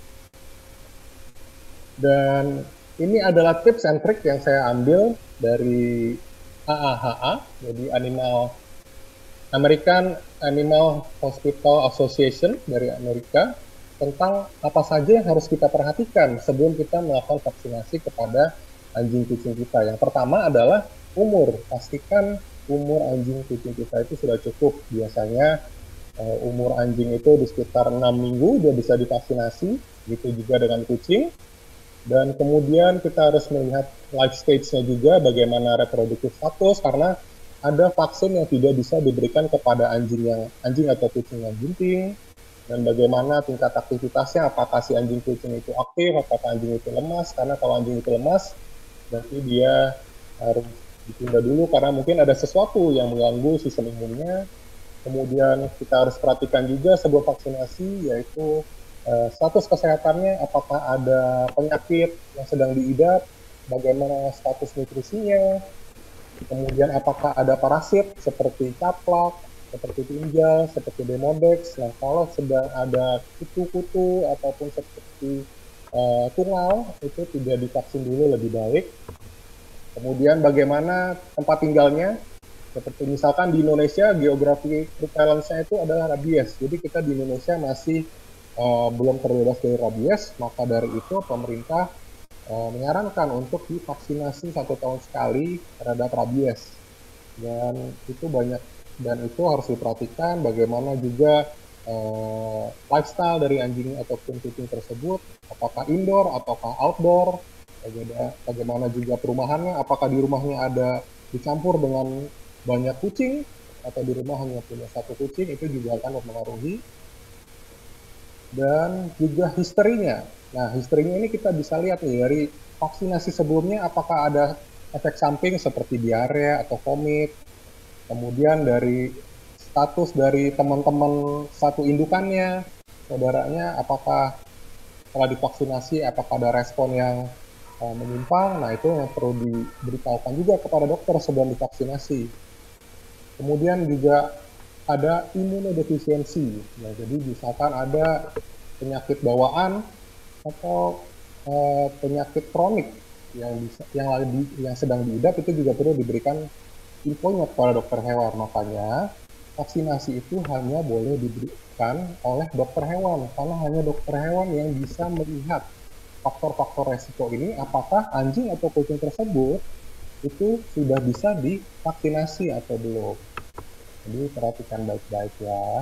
Dan ini adalah tips and trick yang saya ambil dari AAHA, jadi American Animal Hospital Association dari Amerika, tentang apa saja yang harus kita perhatikan sebelum kita melakukan vaksinasi kepada anjing kucing kita. Yang pertama adalah umur. Pastikan umur anjing kucing kita itu sudah cukup. Biasanya umur anjing itu di sekitar 6 minggu dia bisa divaksinasi, gitu juga dengan kucing. Dan kemudian kita harus melihat life stage-nya juga, bagaimana reproduktif status, karena ada vaksin yang tidak bisa diberikan kepada anjing atau kucing yang bunting, dan bagaimana tingkat aktivitasnya, apakah si anjing kucing itu aktif, apakah anjing itu lemas, karena kalau anjing itu lemas, berarti dia harus ditunda dulu karena mungkin ada sesuatu yang mengganggu sistem imunnya. Kemudian kita harus perhatikan juga sebuah vaksinasi, yaitu status kesehatannya, apakah ada penyakit yang sedang diidap, bagaimana status nutrisinya, kemudian apakah ada parasit seperti caplak, seperti tinja, seperti demodex. Nah, kalau sedang ada kutu-kutu ataupun seperti tungau, itu tidak divaksin dulu lebih baik. Kemudian bagaimana tempat tinggalnya, seperti misalkan di Indonesia geografi prevalence-nya itu adalah rabies, jadi kita di Indonesia masih belum terbebas dari rabies, maka dari itu pemerintah menyarankan untuk divaksinasi 1 tahun sekali terhadap rabies. Dan itu harus diperhatikan bagaimana juga lifestyle dari anjing ataupun kucing tersebut, apakah indoor ataukah outdoor, bagaimana juga perumahannya, apakah di rumahnya ada dicampur dengan banyak kucing atau di rumah hanya punya 1 kucing, itu juga akan mempengaruhi. Dan juga historinya. Nah, historinya ini kita bisa lihat nih dari vaksinasi sebelumnya, apakah ada efek samping seperti diare atau vomit. Kemudian dari status dari teman-teman satu indukannya, saudaranya, apakah setelah divaksinasi, apakah ada respon yang menyimpang. Nah, itu yang perlu diberitahukan juga kepada dokter sebelum divaksinasi. Kemudian juga ada imunodefisiensi. Nah, jadi misalkan ada penyakit bawaan atau penyakit kronik yang sedang diidap, itu juga perlu diberikan infonya kepada dokter hewan. Makanya vaksinasi itu hanya boleh diberikan oleh dokter hewan, karena hanya dokter hewan yang bisa melihat faktor-faktor resiko ini, apakah anjing atau kucing tersebut itu sudah bisa divaksinasi atau belum. Jadi perhatikan baik-baik ya.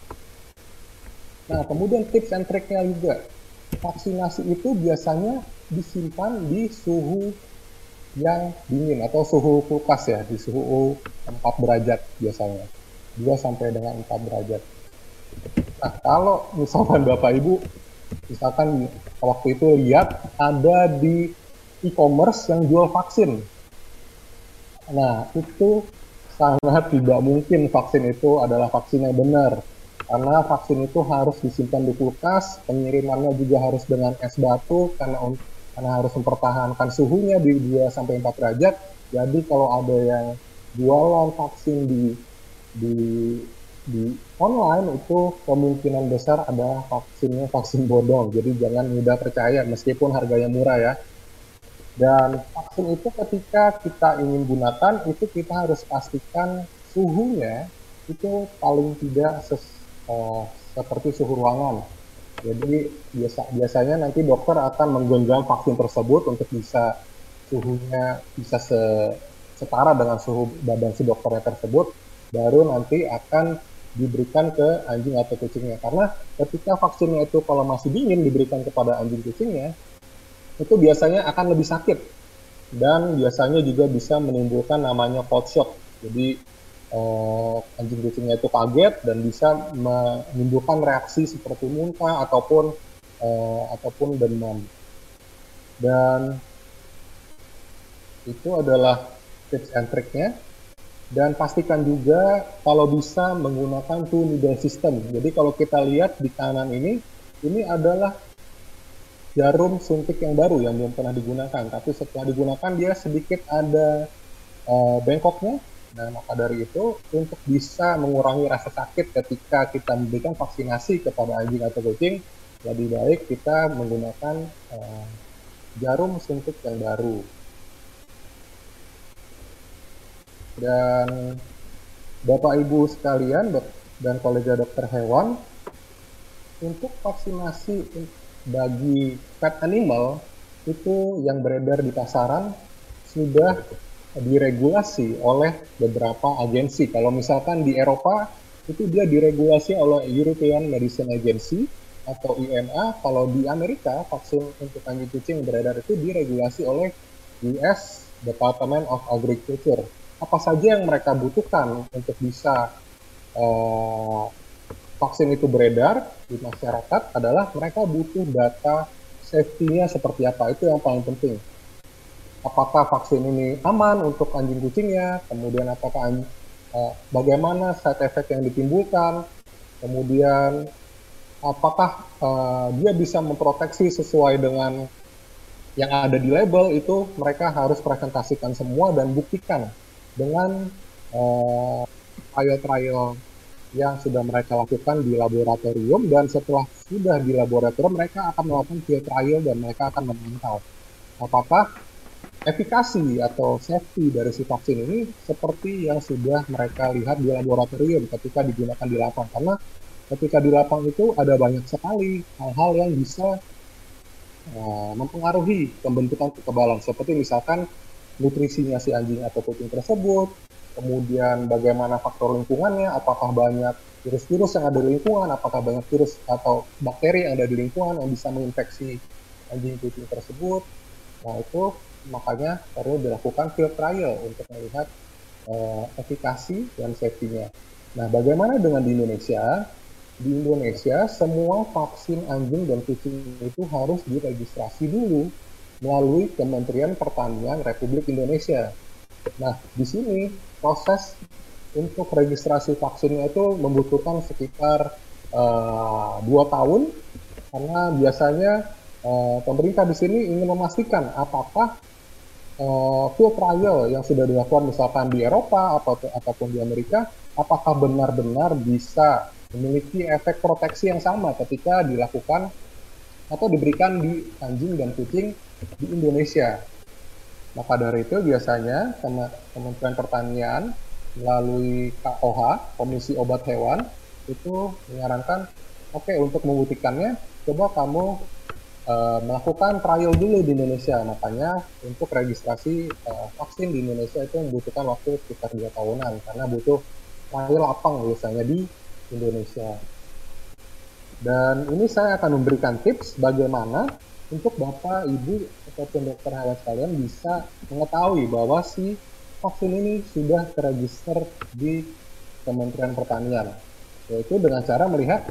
Nah, kemudian tips and trick-nya juga. Vaksinasi itu biasanya disimpan di suhu yang dingin atau suhu kulkas ya, di suhu 4 derajat biasanya. 2 sampai dengan 4 derajat. Nah, kalau misalkan Bapak Ibu, misalkan waktu itu lihat ada di e-commerce yang jual vaksin. Nah, itu sangat tidak mungkin vaksin itu adalah vaksin yang benar, karena vaksin itu harus disimpan di kulkas, pengirimannya juga harus dengan es batu karena harus mempertahankan suhunya di 2-4 derajat. Jadi kalau ada yang jualan vaksin di online, itu kemungkinan besar ada vaksin bodong. Jadi jangan mudah percaya meskipun harganya murah ya. Dan vaksin itu ketika kita ingin gunakan, itu kita harus pastikan suhunya itu paling tidak seperti suhu ruangan. Jadi biasanya nanti dokter akan menggenggam vaksin tersebut untuk bisa suhunya bisa setara dengan suhu badan si dokternya tersebut, baru nanti akan diberikan ke anjing atau kucingnya. Karena ketika vaksinnya itu kalau masih dingin diberikan kepada anjing kucingnya, itu biasanya akan lebih sakit dan biasanya juga bisa menimbulkan namanya cold shock. Jadi anjing kucingnya itu kaget dan bisa menimbulkan reaksi seperti muntah ataupun demam. Dan itu adalah tips and triknya. Dan pastikan juga kalau bisa menggunakan two needle system. Jadi kalau kita lihat di kanan ini adalah jarum suntik yang baru yang belum pernah digunakan. Tapi setelah digunakan dia sedikit ada bengkoknya. Nah, maka dari itu untuk bisa mengurangi rasa sakit ketika kita memberikan vaksinasi kepada anjing atau kucing, lebih baik kita menggunakan jarum suntik yang baru. Dan Bapak Ibu sekalian dan kolega dokter hewan, untuk vaksinasi bagi pet animal itu yang beredar di pasaran sudah diregulasi oleh beberapa agensi. Kalau misalkan di Eropa itu dia diregulasi oleh European Medicine Agency atau EMA. Kalau di Amerika vaksin untuk anjing kucing beredar itu diregulasi oleh US Department of Agriculture. Apa saja yang mereka butuhkan untuk bisa vaksin itu beredar di masyarakat adalah mereka butuh data safety-nya seperti apa. Itu yang paling penting. Apakah vaksin ini aman untuk anjing kucingnya, kemudian apakah bagaimana side effect yang ditimbulkan, kemudian apakah dia bisa memproteksi sesuai dengan yang ada di label. Itu mereka harus presentasikan semua dan buktikan dengan trial-trial yang sudah mereka lakukan di laboratorium, dan setelah sudah di laboratorium mereka akan melakukan field trial dan mereka akan memantau apakah efikasi atau safety dari si vaksin ini seperti yang sudah mereka lihat di laboratorium ketika digunakan di lapang. Karena ketika di lapang itu ada banyak sekali hal-hal yang bisa mempengaruhi pembentukan kekebalan, seperti misalkan nutrisinya si anjing atau kucing tersebut, kemudian bagaimana faktor lingkungannya, apakah banyak virus-virus yang ada di lingkungan, apakah banyak virus atau bakteri yang ada di lingkungan yang bisa menginfeksi anjing kucing tersebut. Nah, itu makanya perlu dilakukan field trial untuk melihat efikasi dan safety-nya. Nah, bagaimana dengan di Indonesia? Di Indonesia, semua vaksin anjing dan kucing itu harus diregistrasi dulu melalui Kementerian Pertanian Republik Indonesia. Nah, di sini proses untuk registrasi vaksinnya itu membutuhkan sekitar 2 tahun, karena biasanya pemerintah di sini ingin memastikan apakah field trial yang sudah dilakukan misalkan di Eropa ataupun di Amerika, apakah benar-benar bisa memiliki efek proteksi yang sama ketika dilakukan atau diberikan di anjing dan kucing di Indonesia. Maka dari itu biasanya Kementerian Pertanian melalui KOH, Komisi Obat Hewan, itu menyarankan, oke, untuk membuktikannya, coba kamu melakukan trial dulu di Indonesia. Makanya untuk registrasi vaksin di Indonesia itu membutuhkan waktu sekitar 2 tahunan, karena butuh trial lapang biasanya di Indonesia. Dan ini saya akan memberikan tips bagaimana untuk Bapak, Ibu, ataupun dokter hewan sekalian bisa mengetahui bahwa si vaksin ini sudah terregister di Kementerian Pertanian, yaitu dengan cara melihat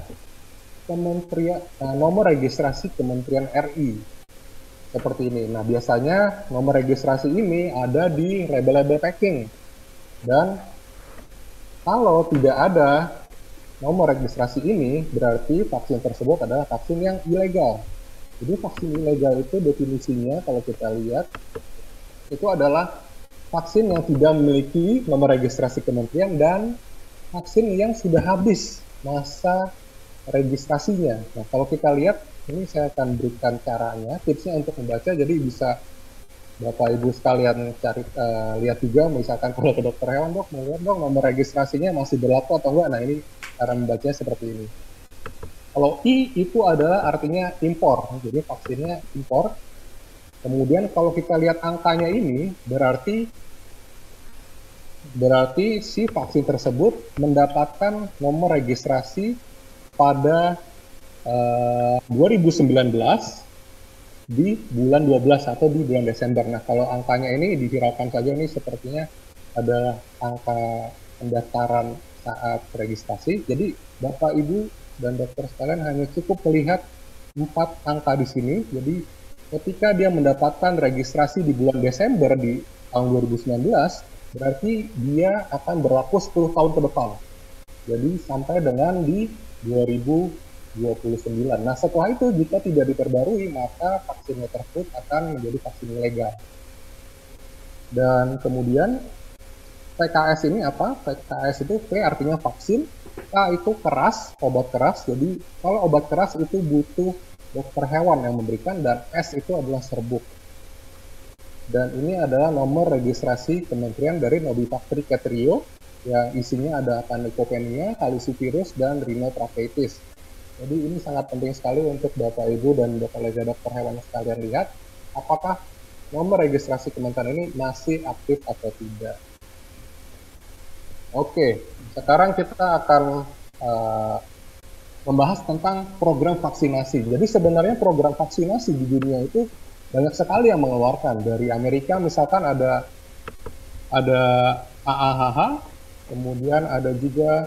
nomor registrasi Kementerian RI seperti ini. Nah, biasanya nomor registrasi ini ada di label-label packing, dan kalau tidak ada nomor registrasi ini, berarti vaksin tersebut adalah vaksin yang ilegal. Jadi vaksin ilegal itu definisinya kalau kita lihat, itu adalah vaksin yang tidak memiliki nomor registrasi kementerian dan vaksin yang sudah habis masa registrasinya. Nah, kalau kita lihat, ini saya akan berikan caranya, tipsnya untuk membaca, jadi bisa Bapak Ibu sekalian cari lihat juga, misalkan kalau ke dokter hewan, dok, mau lihat dong nomor registrasinya masih berlaku atau enggak. Nah, ini cara membacanya seperti ini. Kalau I itu adalah artinya impor, jadi vaksinnya impor. Kemudian kalau kita lihat angkanya ini, berarti si vaksin tersebut mendapatkan nomor registrasi pada 2019 di bulan 12 atau di bulan Desember. Nah, kalau angkanya ini dihiraukan saja, ini sepertinya ada angka pendaftaran saat registrasi. Jadi, Bapak, Ibu, dan dokter sekalian hanya cukup melihat 4 angka di sini. Jadi, ketika dia mendapatkan registrasi di bulan Desember di tahun 2019, berarti dia akan berlaku 10 tahun ke depan. Jadi, sampai dengan di 2029. Nah, setelah itu jika tidak diperbarui, maka vaksinnya tersebut akan menjadi vaksin ilegal. Dan kemudian PKS ini apa? PKS itu P artinya vaksin, K itu keras, obat keras. Jadi kalau obat keras itu butuh dokter hewan yang memberikan, dan S itu adalah serbuk. Dan ini adalah nomor registrasi kementerian dari Nobifactory Ketrio yang isinya ada Panleukopenia, kalisivirus, dan rhinotracheitis. Jadi ini sangat penting sekali untuk Bapak, Ibu, dan kolega dokter hewan sekalian lihat apakah nomor registrasi kementerian ini masih aktif atau tidak. Oke, sekarang kita akan membahas tentang program vaksinasi. Jadi sebenarnya program vaksinasi di dunia itu banyak sekali yang mengeluarkan. Dari Amerika misalkan ada AAHH, kemudian ada juga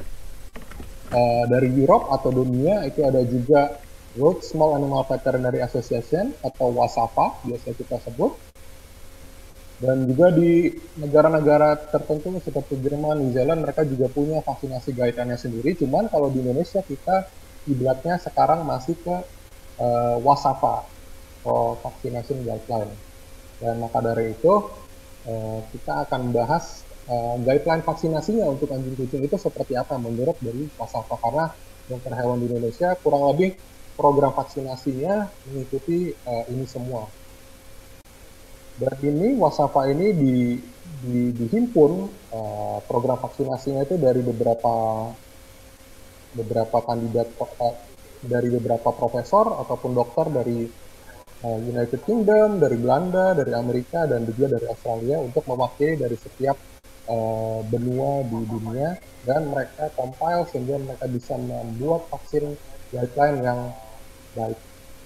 dari Europe atau dunia itu ada juga World Small Animal Veterinary Association atau WASAPA biasa kita sebut. Dan juga di negara-negara tertentu seperti Jerman, New Zealand, mereka juga punya vaksinasi guideline-nya sendiri. Cuman kalau di Indonesia kita kiblatnya sekarang masih ke WASAPA atau Vaccination Guideline. Dan maka dari itu kita akan membahas guideline vaksinasinya untuk anjing kucing itu seperti apa menurut dari WASAPA, karena dokter hewan di Indonesia kurang lebih program vaksinasinya mengikuti ini semua. Dan ini WASAPA ini dihimpun program vaksinasinya itu dari beberapa kandidat, dari beberapa profesor ataupun dokter dari United Kingdom, dari Belanda, dari Amerika, dan juga dari Australia untuk mewakili dari setiap benua di dunia, dan mereka compile sehingga mereka bisa membuat vaksin guideline yang baik.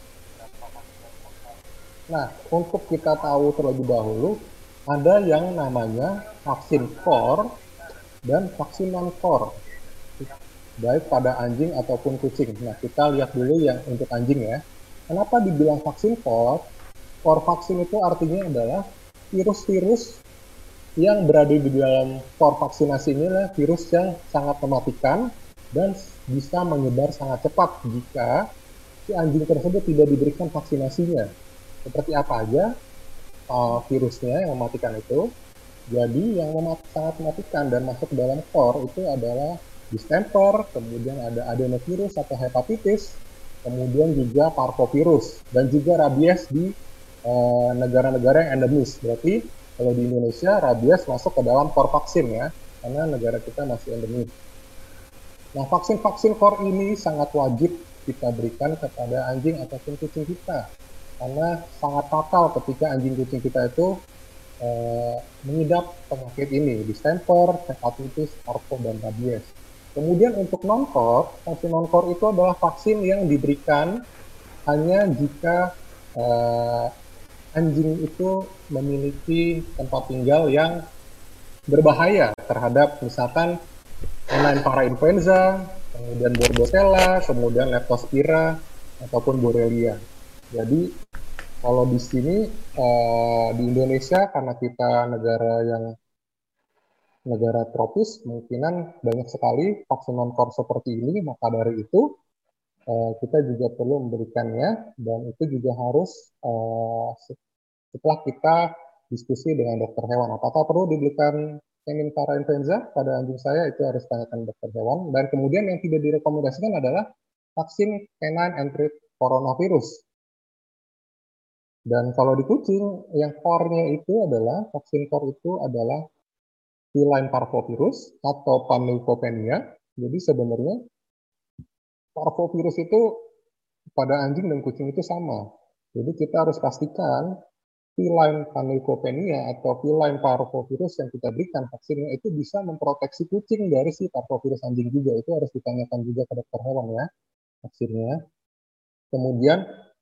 Nah, untuk kita tahu terlebih dahulu, ada yang namanya vaksin core dan vaksin non-core, baik pada anjing ataupun kucing. Nah, kita lihat dulu yang untuk anjing ya. Kenapa dibilang vaksin core? Core vaksin itu artinya adalah virus-virus yang berada di dalam core vaksinasi ini adalah virus yang sangat mematikan dan bisa menyebar sangat cepat jika si anjing tersebut tidak diberikan vaksinasinya. Seperti apa aja virusnya yang mematikan itu. Jadi yang sangat mematikan dan masuk ke dalam core itu adalah distemper, kemudian ada adenovirus atau hepatitis, kemudian juga parvovirus, dan juga rabies di negara-negara yang endemis. Berarti kalau di Indonesia, rabies masuk ke dalam core vaksin ya, karena negara kita masih endemis. Nah, vaksin-vaksin core ini sangat wajib kita berikan kepada anjing ataupun kucing kita, karena sangat fatal ketika anjing kucing kita itu mengidap penyakit ini, distemper, hepatitis, parvo, dan rabies. Kemudian untuk non-core, vaksin non-core itu adalah vaksin yang diberikan hanya jika anjing itu memiliki tempat tinggal yang berbahaya terhadap misalkan canine parainfluenza, kemudian Bordetella, kemudian Leptospira, ataupun Borrelia. Jadi kalau di sini di Indonesia, karena kita negara tropis, kemungkinan banyak sekali vaksin non-core seperti ini, maka dari itu kita juga perlu memberikannya, dan itu juga harus setelah kita diskusi dengan dokter hewan. Apakah perlu diberikan canine parainfluenza pada anjing saya, itu harus tanyakan dokter hewan. Dan kemudian yang tidak direkomendasikan adalah vaksin canine enterocoronavirus. Dan kalau di kucing, yang core-nya itu adalah, vaksin core itu adalah feline parvovirus atau Panleukopenia. Jadi sebenarnya parvovirus itu pada anjing dan kucing itu sama. Jadi kita harus pastikan feline Panleukopenia atau feline parvovirus yang kita berikan vaksinnya itu bisa memproteksi kucing dari si parvovirus anjing juga. Itu harus ditanyakan juga ke dokter hewan ya, vaksinnya. Kemudian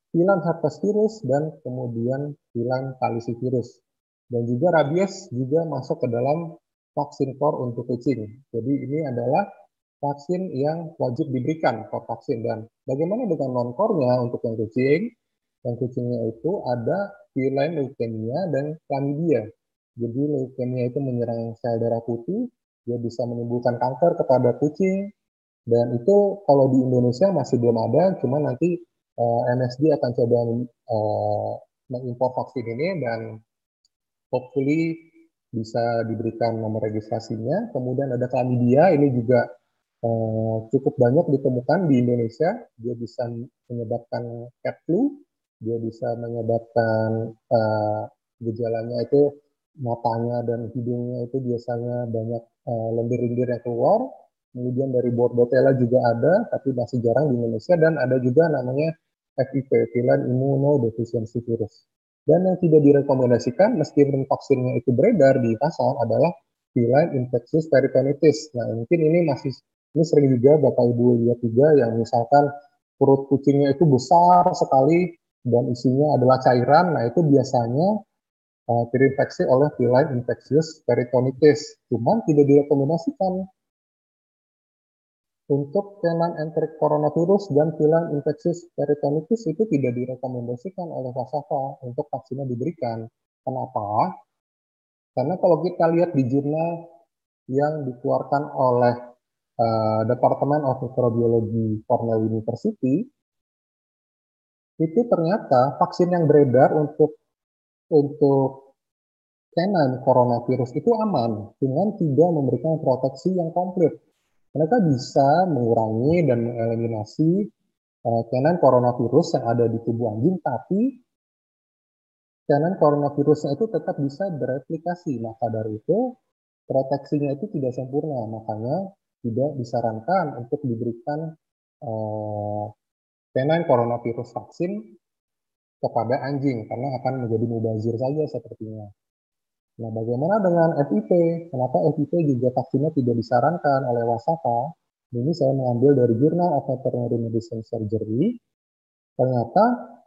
feline herpesvirus dan kemudian feline calicivirus. Dan juga rabies juga masuk ke dalam vaksin core untuk kucing. Jadi ini adalah vaksin yang wajib diberikan core vaksin. Dan bagaimana dengan non-core-nya untuk yang kucing? Yang kucingnya itu ada feline leukemia dan chlamydia. Jadi leukemia itu menyerang sel darah putih, dia bisa menimbulkan kanker kepada kucing, dan itu kalau di Indonesia masih belum ada, cuma nanti MSD akan coba mengimpor vaksin ini dan hopefully bisa diberikan nomor registrasinya. Kemudian ada chlamydia, ini juga cukup banyak ditemukan di Indonesia. Dia bisa menyebabkan cat flu, dia bisa menyebabkan gejalanya itu matanya dan hidungnya itu biasanya banyak lendir-lendir yang keluar. Kemudian dari Bordetella juga ada, tapi masih jarang di Indonesia. Dan ada juga namanya FIV, Feline Immunodeficiency Virus. Dan yang tidak direkomendasikan, meskipun vaksinnya itu beredar di pasar, adalah feline infectious peritonitis. Nah, mungkin ini sering juga Bapak Ibu lihat juga yang misalkan perut kucingnya itu besar sekali dan isinya adalah cairan. Nah, itu biasanya terinfeksi oleh feline infectious peritonitis. Cuman tidak direkomendasikan untuk canine enteric coronavirus dan feline infectious peritonitis itu tidak direkomendasikan oleh WASAFA untuk vaksinnya diberikan. Kenapa? Karena kalau kita lihat di jurnal yang dikeluarkan oleh Department of Microbiology Cornell University, itu ternyata vaksin yang beredar untuk canine coronavirus itu aman dengan tidak memberikan proteksi yang komplit. Mereka bisa mengurangi dan mengeliminasi canine coronavirus yang ada di tubuh anjing, tapi canine coronavirusnya itu tetap bisa bereplikasi. Maka dari itu, proteksinya itu tidak sempurna. Makanya tidak disarankan untuk diberikan canine coronavirus vaksin kepada anjing, karena akan menjadi mubazir saja sepertinya. Nah, bagaimana dengan FIV? Kenapa FIV juga vaksinnya tidak disarankan oleh WASAFA? Ini saya mengambil dari Journal of Veterinary Medicine Surgery. Ternyata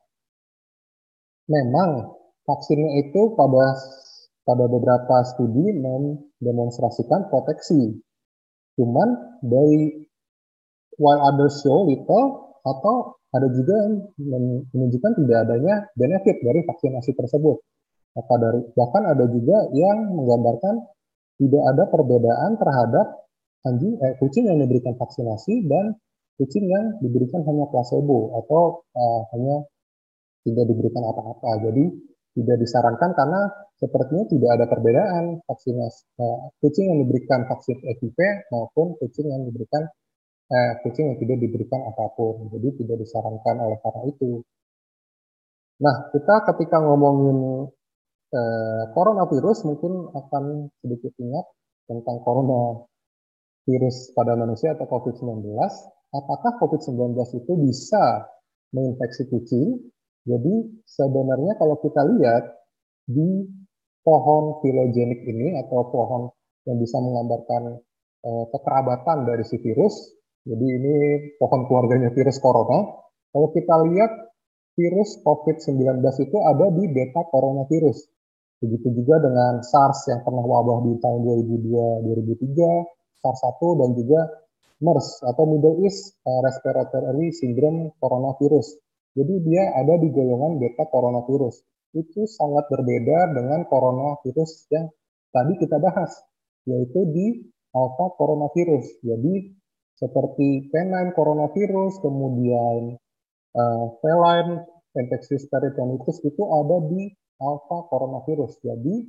memang vaksinnya itu pada beberapa studi mendemonstrasikan proteksi. Cuman dari while others show little, atau ada juga yang menunjukkan tidak adanya benefit dari vaksinasi tersebut. Bahkan ada juga yang menggambarkan tidak ada perbedaan terhadap kucing yang diberikan vaksinasi dan kucing yang diberikan hanya placebo atau hanya tidak diberikan apa-apa. Jadi tidak disarankan karena sepertinya tidak ada perbedaan vaksinasi kucing yang diberikan vaksin FIV maupun kucing yang tidak diberikan apapun. Jadi tidak disarankan oleh karena itu. Nah, kita ketika ngomongin coronavirus mungkin akan sedikit ingat tentang coronavirus pada manusia atau COVID-19. Apakah COVID-19 itu bisa menginfeksi kucing? Jadi sebenarnya kalau kita lihat di pohon filogenik ini atau pohon yang bisa menggambarkan kekerabatan dari si virus, jadi ini pohon keluarganya virus corona. Kalau kita lihat virus COVID-19 itu ada di beta coronavirus. Begitu juga dengan SARS yang pernah wabah di tahun 2002-2003, SARS-1 dan juga MERS atau Middle East Respiratory Syndrome Coronavirus. Jadi dia ada di golongan beta coronavirus. Itu sangat berbeda dengan coronavirus yang tadi kita bahas, yaitu di alpha coronavirus. Jadi seperti canine coronavirus, kemudian feline infectious peritonitis itu ada di alpha coronavirus. Jadi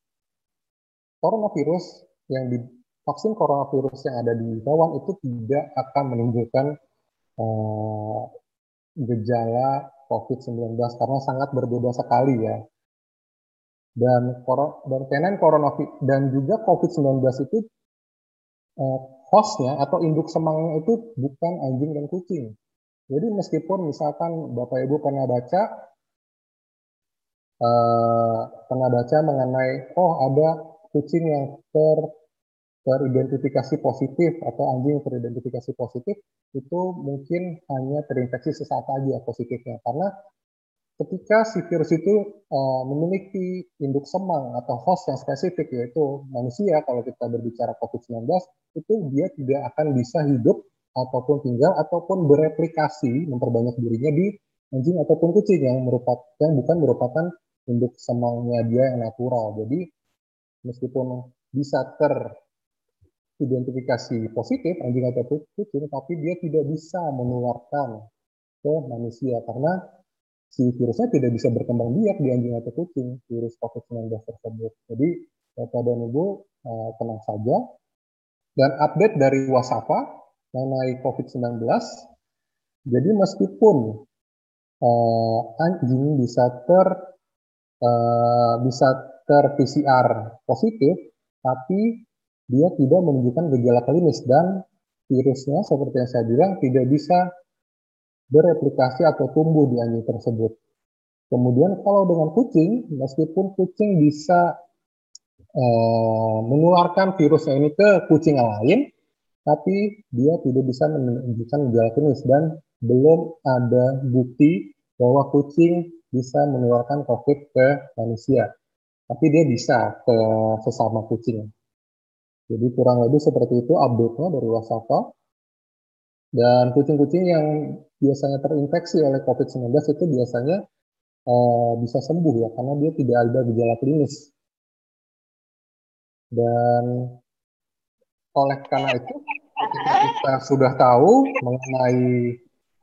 vaksin coronavirus yang ada di hewan itu tidak akan menimbulkan gejala COVID-19 karena sangat berbeda sekali ya. Dan canine coronavirus dan juga COVID-19 itu hostnya atau induk semangnya itu bukan anjing dan kucing. Jadi meskipun misalkan Bapak Ibu pernah baca mengenai ada kucing yang teridentifikasi positif atau anjing yang teridentifikasi positif, itu mungkin hanya terinfeksi sesaat aja positifnya, karena ketika si virus itu memiliki induk semang atau host yang spesifik, yaitu manusia, kalau kita berbicara COVID-19, itu dia tidak akan bisa hidup ataupun tinggal ataupun bereplikasi, memperbanyak dirinya di anjing ataupun kucing yang bukan merupakan induk semangnya dia yang natural. Jadi meskipun bisa teridentifikasi positif anjing ataupun kucing, tapi dia tidak bisa menularkan ke manusia karena si virusnya tidak bisa berkembang biak di anjing atau kucing, virus COVID-19 tersebut. Jadi, Bapak dan Ibu tenang saja. Dan update dari WhatsApp mengenai COVID-19, jadi meskipun anjing bisa ter PCR positif, tapi dia tidak menunjukkan gejala klinis dan virusnya seperti yang saya bilang tidak bisa bereplikasi atau tumbuh di anjing tersebut. Kemudian kalau dengan kucing, meskipun kucing bisa menularkan virusnya ini ke kucing yang lain, tapi dia tidak bisa menunjukkan gejala klinis dan belum ada bukti bahwa kucing bisa menularkan COVID ke manusia. Tapi dia bisa ke sesama kucing. Jadi kurang lebih seperti itu update-nya dari WhatsApp. Dan kucing-kucing yang biasanya terinfeksi oleh COVID-19 itu biasanya bisa sembuh ya, karena dia tidak ada gejala klinis. Dan oleh karena itu, ketika kita sudah tahu mengenai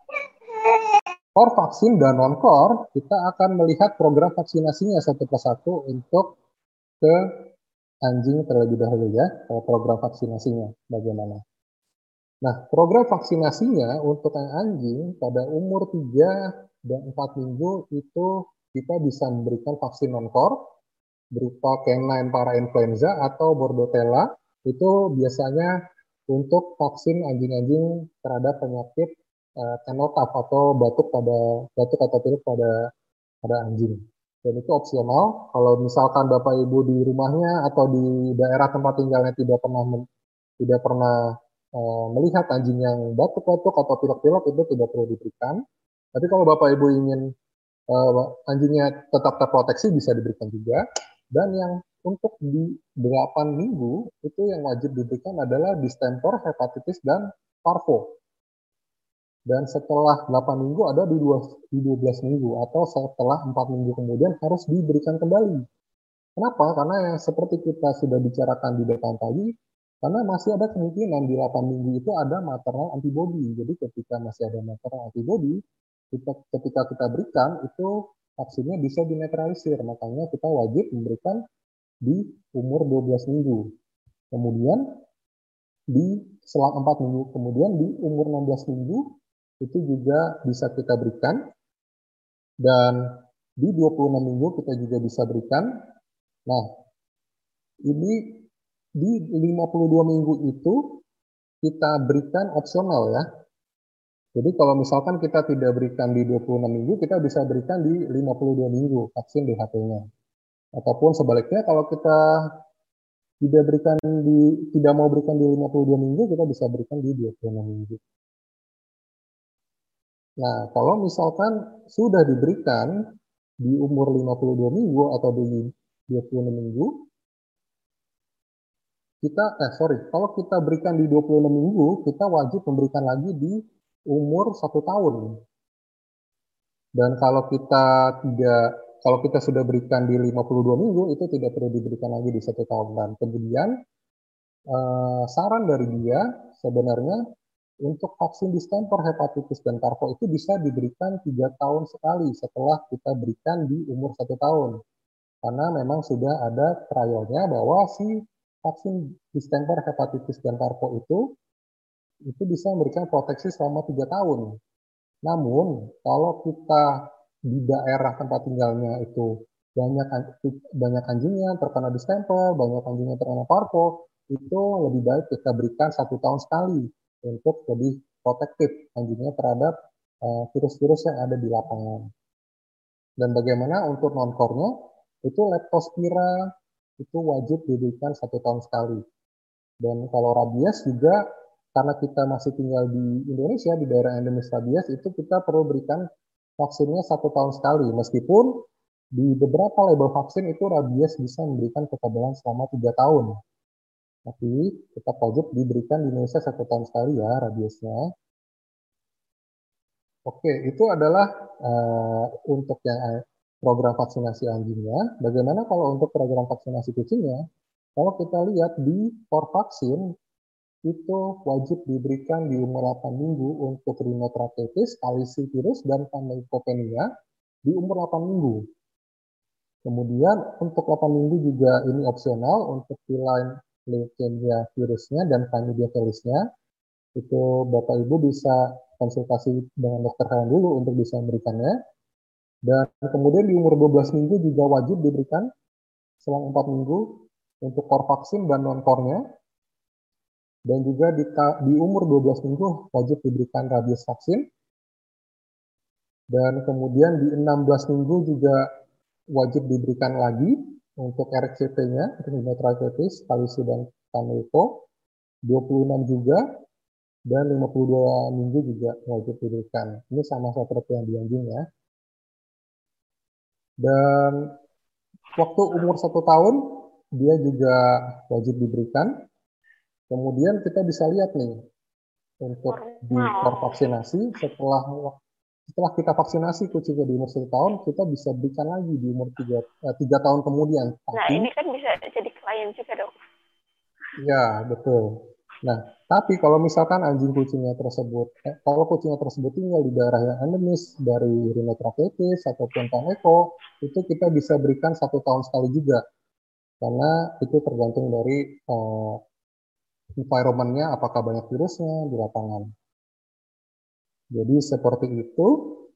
core vaksin dan non-core, kita akan melihat program vaksinasinya satu persatu untuk ke anjing terlebih dahulu ya, program vaksinasinya bagaimana. Nah, program vaksinasinya untuk yang anjing pada umur 3 dan 4 minggu itu kita bisa memberikan vaksin non-core berupa canine parainfluenza atau bordetella. Itu biasanya untuk vaksin anjing-anjing terhadap penyakit tenotaf atau batuk atau pilek pada anjing. Dan itu opsional. Kalau misalkan Bapak Ibu di rumahnya atau di daerah tempat tinggalnya tidak pernah melihat anjing yang batuk-batuk atau pilek-pilek, itu tidak perlu diberikan. Tapi kalau Bapak Ibu ingin anjingnya tetap terproteksi, bisa diberikan juga. Dan yang untuk di 8 minggu itu yang wajib diberikan adalah distemper, hepatitis, dan parvo. Dan setelah 8 minggu ada di 12 minggu atau setelah 4 minggu kemudian harus diberikan kembali. Kenapa? Karena yang seperti kita sudah bicarakan di depan tadi, karena masih ada kemungkinan di 8 minggu itu ada maternal antibody. Jadi ketika masih ada maternal antibody, ketika kita berikan itu vaksinnya bisa dinetralisir. Makanya kita wajib memberikan di umur 12 minggu. Kemudian di selang 4 minggu, kemudian di umur 16 minggu itu juga bisa kita berikan. Dan di 26 minggu kita juga bisa berikan. Nah, ini di 52 minggu itu kita berikan opsional ya. Jadi kalau misalkan kita tidak berikan di 26 minggu, kita bisa berikan di 52 minggu vaksin DHT-nya. Ataupun sebaliknya kalau kita tidak mau berikan di 52 minggu, kita bisa berikan di 26 minggu. Nah, kalau misalkan sudah diberikan di umur 52 minggu atau di 26 minggu, kalau kita berikan di 26 minggu, kita wajib memberikan lagi di umur 1 tahun. Dan kalau kita sudah berikan di 52 minggu, itu tidak perlu diberikan lagi di 1 tahun. Dan kemudian, saran dari dia, sebenarnya untuk vaksin distemper, hepatitis, dan parvo itu bisa diberikan 3 tahun sekali setelah kita berikan di umur 1 tahun. Karena memang sudah ada trialnya bahwa si vaksin distemper, hepatitis, dan parvo itu bisa memberikan proteksi selama 3 tahun. Namun, kalau kita di daerah tempat tinggalnya itu banyak anjingnya terkena distemper, banyak anjingnya terkena parvo, itu lebih baik kita berikan 1 tahun sekali untuk lebih protektif anjingnya terhadap virus-virus yang ada di lapangan. Dan bagaimana untuk non-core-nya, itu leptospira itu wajib diberikan 1 tahun sekali. Dan kalau rabies juga, karena kita masih tinggal di Indonesia, di daerah endemis rabies, itu kita perlu berikan vaksinnya 1 tahun sekali, meskipun di beberapa label vaksin itu rabies bisa memberikan kekebalan selama 3 tahun. Tapi tetap wajib diberikan di Indonesia 1 tahun sekali ya rabiesnya. Oke, itu adalah untuk yang program vaksinasi anjingnya. Bagaimana kalau untuk program vaksinasi kucingnya? Kalau kita lihat di Corvaksin, itu wajib diberikan di umur 8 minggu untuk rhinotracheotis, calicivirus, dan panleukopenia di umur 8 minggu. Kemudian untuk 8 minggu juga ini opsional untuk feline leukemia virusnya dan chlamydia felisnya. Itu Bapak Ibu bisa konsultasi dengan dokter hewan dulu untuk bisa memberikannya. Dan kemudian di umur 12 minggu juga wajib diberikan selang 4 minggu untuk Corvaksin dan non-core-nya. Dan juga di umur 12 minggu wajib diberikan rabies vaksin. Dan kemudian di 16 minggu juga wajib diberikan lagi untuk RCT-nya, rhinotracheotis, calicivirus, dan panleuko. 26 juga, dan 52 minggu juga wajib diberikan. Ini sama seperti yang di anjing ya. Dan waktu umur 1 tahun, dia juga wajib diberikan. Kemudian kita bisa lihat nih, untuk di vaksinasi, setelah kita vaksinasi kucingnya di umur 1 tahun, kita bisa berikan lagi di umur 3 tahun kemudian. Nah, ini kan bisa jadi klien juga, Dok. Ya, betul. Nah, tapi kalau misalkan anjing kucingnya tersebut, kalau kucingnya tersebut tinggal di daerah yang endemis dari rhinotracheotis ataupun panleuko, itu kita bisa berikan 1 tahun sekali juga. Karena itu tergantung dari environment-nya, apakah banyak virusnya di lapangan. Jadi seperti itu,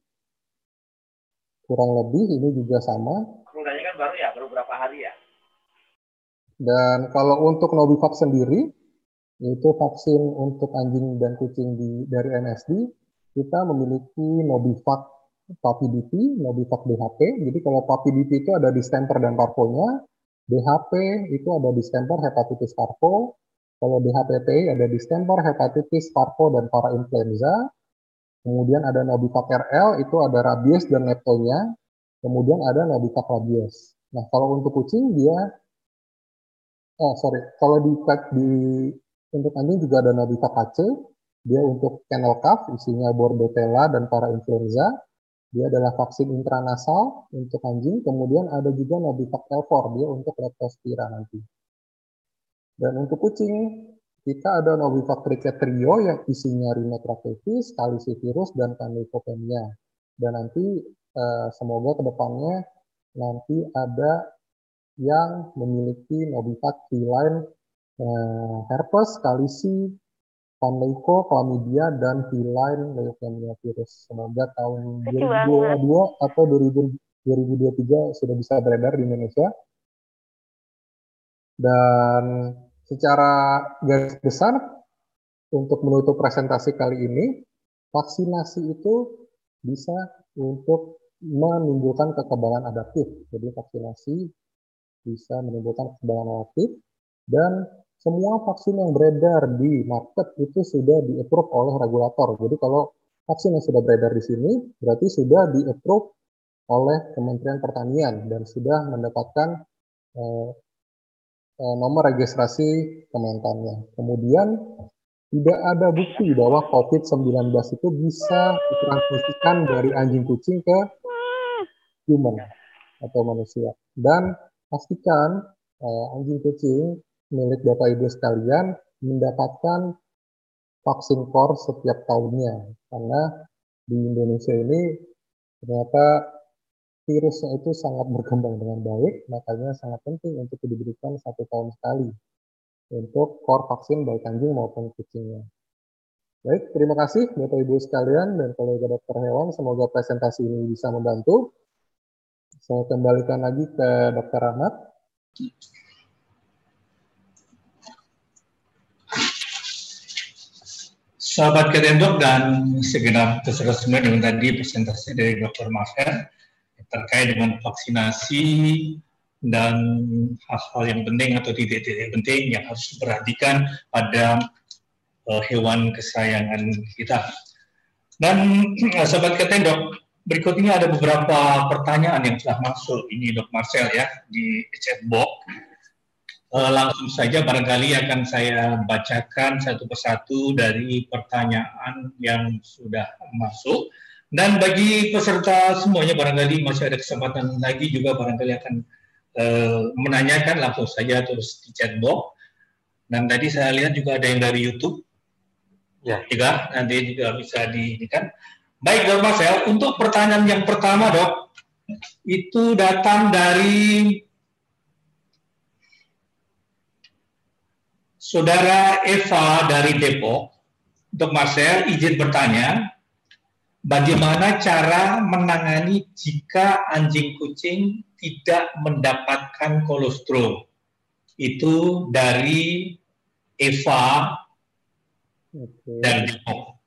kurang lebih ini juga sama. Penggunaannya kan baru ya, baru berapa hari ya? Dan kalau untuk Novivac sendiri, yaitu vaksin untuk anjing dan kucing dari MSD, kita memiliki Novivac PAPI-DP, Novivac DHP. Jadi kalau PAPI-DP itu ada distemper dan parvonya, DHP itu ada distemper hepatitis parvo, kalau DHPPI ada distemper hepatitis parvo dan parainfluenza. Kemudian ada Novivac RL, itu ada rabies dan leptonya. Kemudian ada Novivac rabies. Nah, kalau untuk kucing kalau untuk anjing juga ada Novivac HC. Dia untuk kennel cough, isinya Bordetella dan parainfluenza. Dia adalah vaksin intranasal untuk anjing. Kemudian ada juga Novivac L4, dia untuk leptospira nanti. Dan untuk kucing, kita ada Novivac Trichomonas Trio yang isinya rhinotracheotis, calicivirus, dan panleukopenia. Dan nanti semoga ke depannya nanti ada yang memiliki Novivac feline herpes, calisi, panleuko, chlamydia, dan feline leukemia virus. Semoga tahun 2022 atau 2023 sudah bisa beredar di Indonesia. Dan secara garis besar, untuk menutup presentasi kali ini, vaksinasi itu bisa untuk menimbulkan kekebalan adaptif. Jadi vaksinasi bisa menimbulkan kekebalan adaptif, dan semua vaksin yang beredar di market itu sudah di-approve oleh regulator. Jadi kalau vaksin yang sudah beredar di sini, berarti sudah di-approve oleh Kementerian Pertanian dan sudah mendapatkan nomor registrasi Kementannya. Kemudian tidak ada bukti bahwa COVID-19 itu bisa ditransmisikan dari anjing kucing ke human atau manusia. Dan pastikan anjing kucing milik Bapak Ibu sekalian mendapatkan vaksin core setiap tahunnya. Karena di Indonesia ini ternyata virusnya itu sangat berkembang dengan baik, makanya sangat penting untuk diberikan 1 tahun sekali untuk core vaksin baik anjing maupun kucingnya. Baik, terima kasih Bapak Ibu sekalian dan kolega dokter hewan. Semoga presentasi ini bisa membantu. Saya kembalikan lagi ke Dr. Ahmad. Sahabat Ketendok dan segenap peserta semua dengan tadi presentasi dari Dr. Mafer terkait dengan vaksinasi dan hal-hal yang penting atau titik-titik penting yang harus diperhatikan pada hewan kesayangan kita. Dan sahabat Ketendok, berikutnya ada beberapa pertanyaan yang telah masuk ini Dok Marcel ya di chat box. Langsung saja barangkali akan saya bacakan satu persatu dari pertanyaan yang sudah masuk. Dan bagi peserta semuanya barangkali masih ada kesempatan lagi juga barangkali akan menanyakan langsung saja terus di chat box. Dan tadi saya lihat juga ada yang dari YouTube. Ya, juga nanti juga bisa kan. Baik, Dok Marcel, untuk pertanyaan yang pertama, Dok, itu datang dari Saudara Eva dari Depok. Dok Marcel, izin bertanya, bagaimana cara menangani jika anjing kucing tidak mendapatkan kolostrum? Itu dari Eva dari Depok.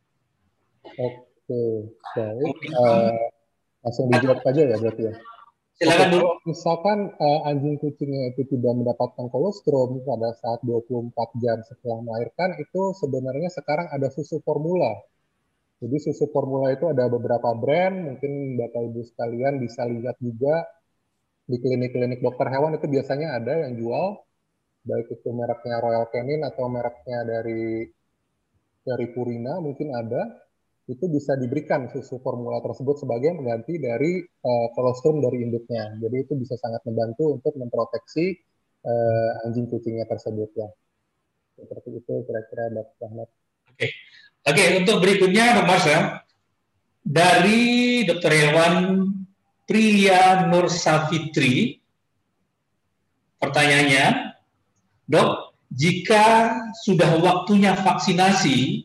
Baik. Langsung dijawab saja ya berarti ya. Silakan dulu. Kalau misalkan anjing kucingnya itu tidak mendapatkan kolostrum pada saat 24 jam setelah melahirkan, itu sebenarnya sekarang ada susu formula. Jadi susu formula itu ada beberapa brand, mungkin Bapak Ibu sekalian bisa lihat juga di klinik-klinik dokter hewan itu biasanya ada yang jual, baik itu mereknya Royal Canin atau mereknya dari Purina mungkin ada. Itu bisa diberikan susu formula tersebut sebagai pengganti dari kolostrum dari induknya. Jadi itu bisa sangat membantu untuk memproteksi anjing kucingnya tersebut ya. Seperti itu kira-kira Dr. Ahmad. Oke, untuk berikutnya Dok Marcel dari Dr. Hewan Priya Nur Safitri, pertanyaannya, Dok, jika sudah waktunya vaksinasi,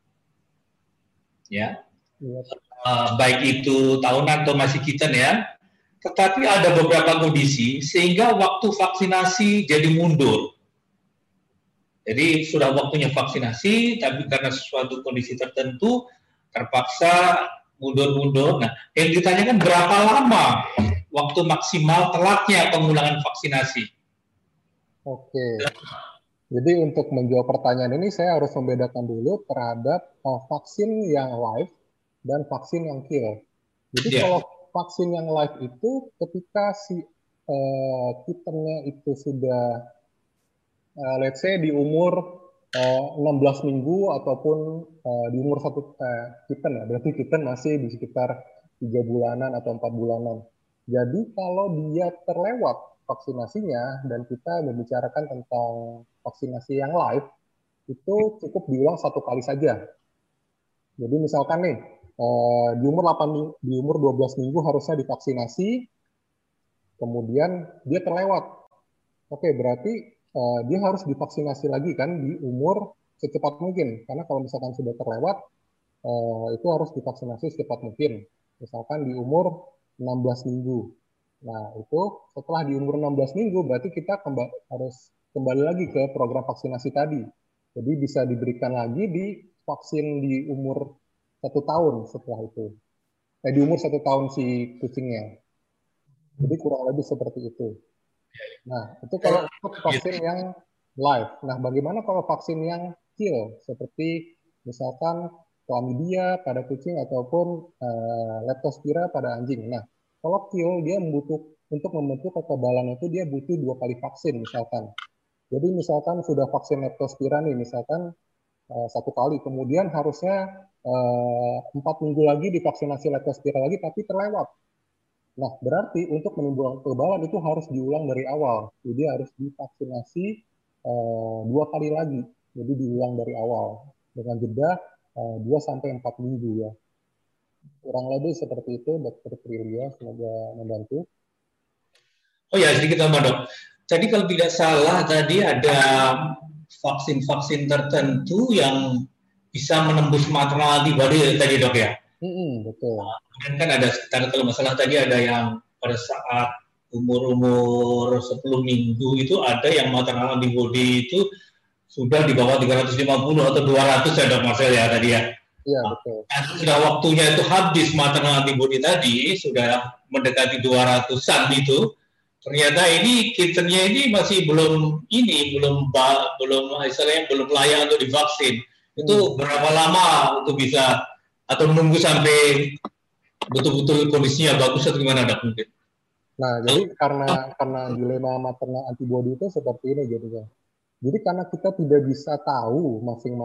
ya, baik itu tahunan atau masih kitten ya, tetapi ada beberapa kondisi sehingga waktu vaksinasi jadi mundur. Jadi sudah waktunya vaksinasi, tapi karena sesuatu kondisi tertentu terpaksa mundur-mundur. Nah, yang ditanyakan berapa lama waktu maksimal telatnya pengulangan vaksinasi? Oke. Jadi untuk menjawab pertanyaan ini saya harus membedakan dulu terhadap vaksin yang live dan vaksin yang kill. Jadi kalau vaksin yang live itu ketika si kittennya itu sudah let's say di umur 16 minggu ataupun di umur kitten ya, berarti kitten masih di sekitar 3 bulanan atau 4 bulanan. Jadi kalau dia terlewat vaksinasinya dan kita membicarakan tentang vaksinasi yang live, itu cukup diulang 1 kali saja. Jadi misalkan nih di umur 12 minggu harusnya divaksinasi, kemudian dia terlewat. Oke, berarti dia harus divaksinasi lagi kan di umur secepat mungkin, karena kalau misalkan sudah terlewat itu harus divaksinasi secepat mungkin. Misalkan di umur 16 minggu. Nah, itu setelah di umur 16 minggu berarti kita harus kembali lagi ke program vaksinasi tadi. Jadi bisa diberikan lagi di vaksin di umur 1 tahun setelah itu. Di umur 1 tahun si kucingnya. Jadi kurang lebih seperti itu. Nah, itu kalau untuk vaksin yang live. Nah, bagaimana kalau vaksin yang kill? Seperti misalkan chlamydia pada kucing ataupun leptospira pada anjing. Nah, kalau kill dia untuk membentuk kekebalan itu dia butuh 2 kali vaksin misalkan. Jadi misalkan sudah vaksin leptospira nih misalkan 1 kali, kemudian harusnya 4 minggu lagi divaksinasi leptospira lagi tapi terlewat. Nah berarti untuk menimbulkan kekebalan itu harus diulang dari awal. Jadi harus divaksinasi 2 kali lagi. Jadi diulang dari awal dengan jeda 2-4 minggu ya. Kurang lebih seperti itu, Dr. Prilia, semoga membantu. Oh ya, sedikit tambah dok. Jadi kalau tidak salah tadi ada vaksin-vaksin tertentu yang bisa menembus maternal antibody tadi dok ya? Betul. Kemudian kan ada sekitar, kalau masalah tadi ada yang pada saat umur 10 minggu itu ada yang maternal antibody itu sudah di bawah 350 atau 200 ya dok Marcel ya tadi ya? Iya, betul. Nah, sudah waktunya itu habis maternal antibody tadi, sudah mendekati 200-an itu, ternyata ini kittennya ini masih belum istilahnya belum layak untuk divaksin. Itu berapa lama untuk bisa atau menunggu sampai betul-betul kondisinya bagus atau gimana, Dok, mungkin? Nah, jadi karena dilema maternal antibody itu seperti ini jadinya. Jadi karena kita tidak bisa tahu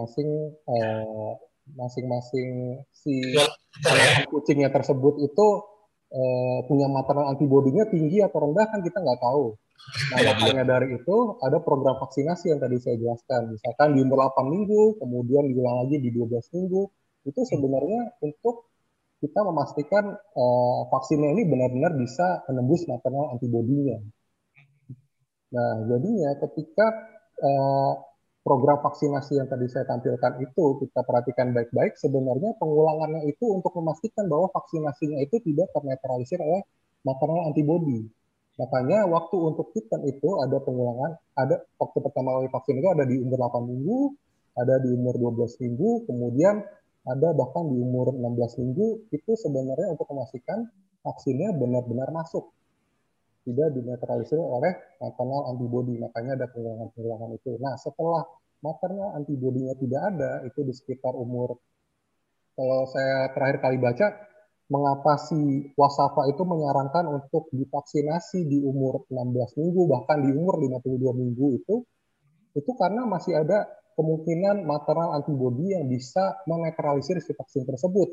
masing-masing si kucingnya tersebut itu punya maternal antibody-nya tinggi atau rendah kan kita nggak tahu. Nah, makanya dari itu ada program vaksinasi yang tadi saya jelaskan. Misalkan di umur 8 minggu, kemudian diulang lagi di 12 minggu. Itu sebenarnya untuk kita memastikan vaksinnya ini benar-benar bisa menembus maternal antibody-nya. Nah, jadinya ketika program vaksinasi yang tadi saya tampilkan itu kita perhatikan baik-baik, sebenarnya pengulangannya itu untuk memastikan bahwa vaksinasinya itu tidak ternetralisir oleh maternal antibody. Makanya waktu untuk kitten itu ada pengulangan, ada waktu pertama kali vaksin itu ada di umur 8 minggu, ada di umur 12 minggu, kemudian ada bahkan di umur 16 minggu, itu sebenarnya untuk memastikan vaksinnya benar-benar masuk, tidak dinetralisir oleh maternal antibody, makanya ada pengulangan-pengulangan itu. Nah, setelah maternal antibody-nya tidak ada, itu di sekitar umur, kalau saya terakhir kali baca, mengapa si Wasafa itu menyarankan untuk divaksinasi di umur 16 minggu, bahkan di umur 52 minggu itu karena masih ada kemungkinan maternal antibody yang bisa menetralisir si vaksin tersebut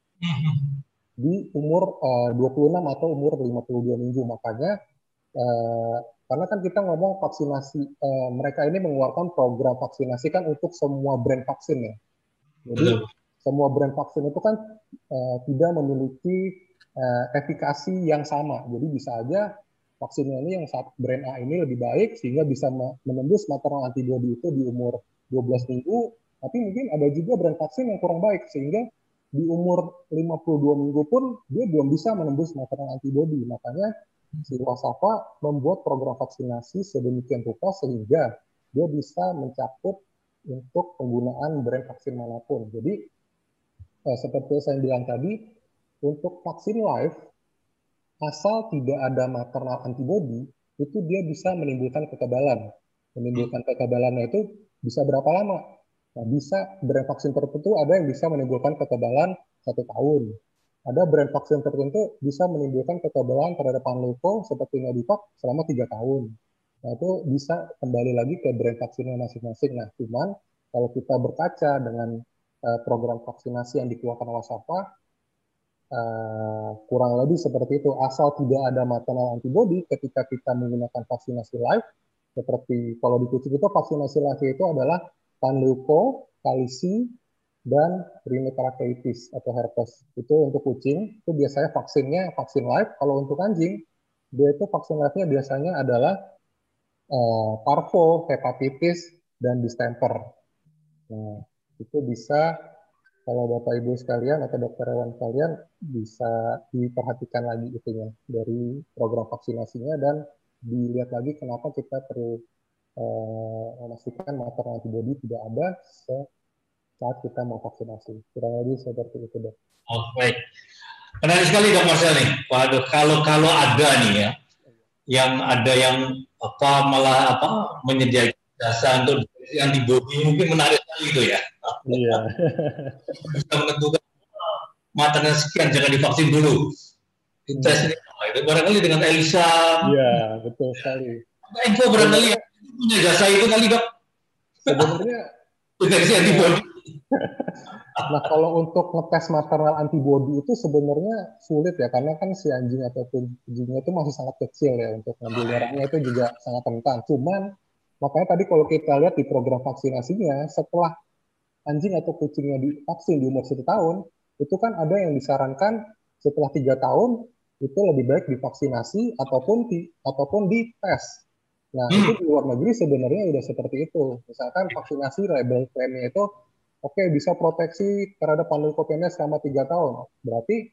di umur 26 atau umur 52 minggu. Makanya karena kan kita ngomong vaksinasi, mereka ini mengeluarkan program vaksinasi kan untuk semua brand vaksin ya. Jadi semua brand vaksin itu kan tidak memiliki efikasi yang sama. Jadi bisa aja vaksinnya ini yang brand A ini lebih baik sehingga bisa menembus maternal antibody itu di umur 12 minggu, tapi mungkin ada juga brand vaksin yang kurang baik sehingga di umur 52 minggu pun dia belum bisa menembus maternal antibody. Makanya si Wasafa membuat program vaksinasi sedemikian rupa sehingga dia bisa mencakup untuk penggunaan brand vaksin manapun. Jadi seperti saya bilang tadi, untuk vaksin live, asal tidak ada maternal antibody, itu dia bisa menimbulkan kekebalan. Menimbulkan kekebalannya itu bisa berapa lama? Nah, bisa brand vaksin tertentu ada yang bisa menimbulkan kekebalan 1 tahun. Ada brand vaksin tertentu bisa menimbulkan kekebalan terhadap panleuko seperti Medivac selama 3 tahun. Nah, itu bisa kembali lagi ke brand vaksinnya masing-masing. Nah, cuman kalau kita berkaca dengan program vaksinasi yang dikeluarkan Wasafa, kurang lebih seperti itu. Asal tidak ada maternal antibody ketika kita menggunakan vaksinasi live, seperti kalau di kucing itu vaksinasi live itu adalah panleuko, kalisi, dan rhinotracheotis atau herpes. Itu untuk kucing, itu biasanya vaksinnya vaksin live. Kalau untuk anjing, dia itu vaksin live-nya biasanya adalah parvo, hepatitis, dan distemper. Nah, itu bisa kalau Bapak Ibu sekalian atau dokter hewan sekalian bisa diperhatikan lagi itunya dari program vaksinasinya dan dilihat lagi kenapa kita perlu memastikan maternal antibody tidak ada saat kita mau vaksinasi. Kurang lebih seperti itu, Dok. Oh, baik. Menarik sekali, Dok Marcel nih. Waduh, kalau ada nih ya, yang ada yang malah menyediakan jasa untuk antibody, mungkin menarik sekali itu ya. Iya. Bisa menentukan matanya sekian, jangan divaksin dulu. Tes ini, itu barangkali dengan Elisa. Iya, betul sekali. Info barangkali punya jasa itu kali, Dok. Sebenarnya deteksi antibody. Nah, kalau untuk ngetes maternal antibody itu sebenarnya sulit ya, karena kan si anjing ataupun kucingnya itu masih sangat kecil ya, untuk ngambil darahnya itu juga sangat rentan. Cuman, makanya tadi kalau kita lihat di program vaksinasinya, setelah anjing atau kucingnya divaksin di umur 1 tahun, itu kan ada yang disarankan setelah 3 tahun, itu lebih baik divaksinasi ataupun dites. Nah, itu di luar negeri sebenarnya udah seperti itu. Misalkan vaksinasi label klaimnya itu oke, bisa proteksi terhadap panleukopenia selama 3 tahun. Berarti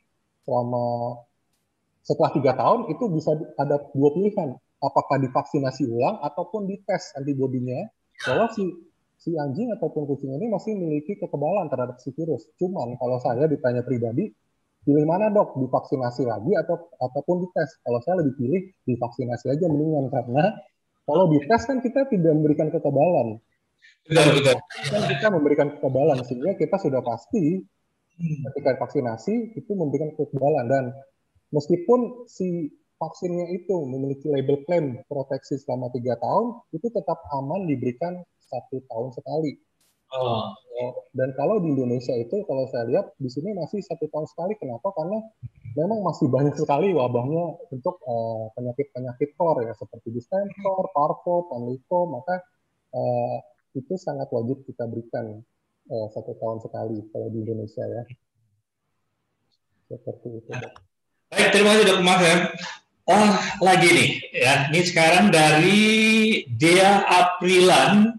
setelah 3 tahun itu bisa ada 2 pilihan. Apakah divaksinasi ulang ataupun dites antibodinya bahwa si anjing ataupun kucing ini masih memiliki kekebalan terhadap si virus. Cuman kalau saya ditanya pribadi, pilih mana, Dok? Divaksinasi lagi ataupun dites? Kalau saya lebih pilih divaksinasi aja mendingan, karena kalau dites kan kita tidak memberikan kekebalan. Betul. Kan kita memberikan kekebalan sehingga kita sudah pasti ketika vaksinasi itu memberikan kekebalan, dan meskipun si vaksinnya itu memiliki label klaim proteksi selama 3 tahun, itu tetap aman diberikan 1 tahun sekali. Dan kalau di Indonesia itu, kalau saya lihat di sini masih 1 tahun sekali. Kenapa? Karena memang masih banyak sekali wabahnya untuk penyakit-penyakit core ya, seperti distemper, parvo, panlico, maka itu sangat wajib kita berikan 1 tahun sekali kalau di Indonesia ya. Seperti itu. Baik, terima kasih Dr. Marcel. Lagi nih, ya, ini sekarang dari Dea Aprilan.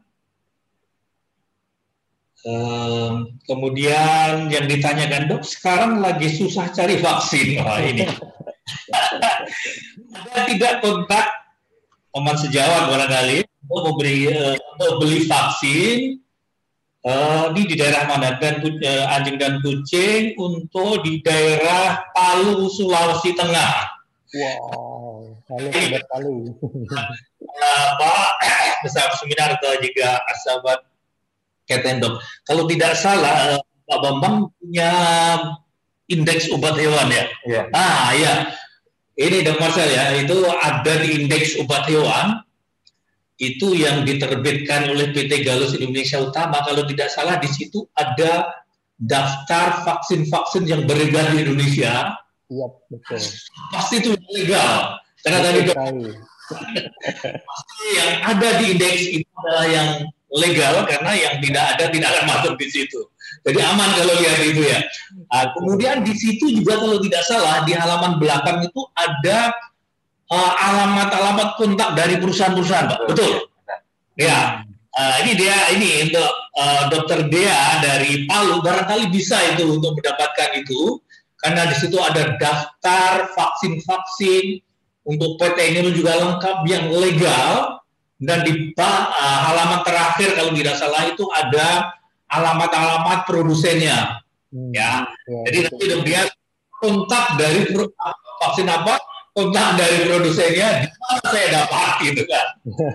Kemudian yang ditanyakan, Dok, sekarang lagi susah cari vaksin. Wah, ini. Ada tidak kontak teman sejawat barangkali untuk beli vaksin di daerah mana, dan anjing dan kucing untuk di daerah Palu, Sulawesi Tengah. Wow, Palu. Pak bersama seminar atau juga sahabat Cat and Dog. Kalau tidak salah, Pak Bambang punya indeks obat hewan ya? Iya. Ya. Ini Dok Marcel ya, itu ada di indeks obat hewan, itu yang diterbitkan oleh PT Galus Indonesia Utama. Kalau tidak salah di situ ada daftar vaksin-vaksin yang beredar di Indonesia. Iya, betul. Pasti itu legal. Karena tadi pasti yang ada di indeks itu adalah yang legal, karena yang tidak akan masuk di situ. Jadi aman kalau lihat itu ya. Kemudian di situ juga kalau tidak salah di halaman belakang itu ada alamat-alamat kontak dari perusahaan-perusahaan, Pak. Betul? Ya. Ini untuk Dokter Dea dari Palu, barangkali bisa itu untuk mendapatkan itu, karena di situ ada daftar vaksin-vaksin untuk PT ini juga lengkap yang legal. Dan di halaman terakhir kalau tidak salah itu ada alamat-alamat produsennya, ya. Jadi nanti dia kontak dari vaksin apa, kontak dari produsennya, di mana saya dapat gitu kan.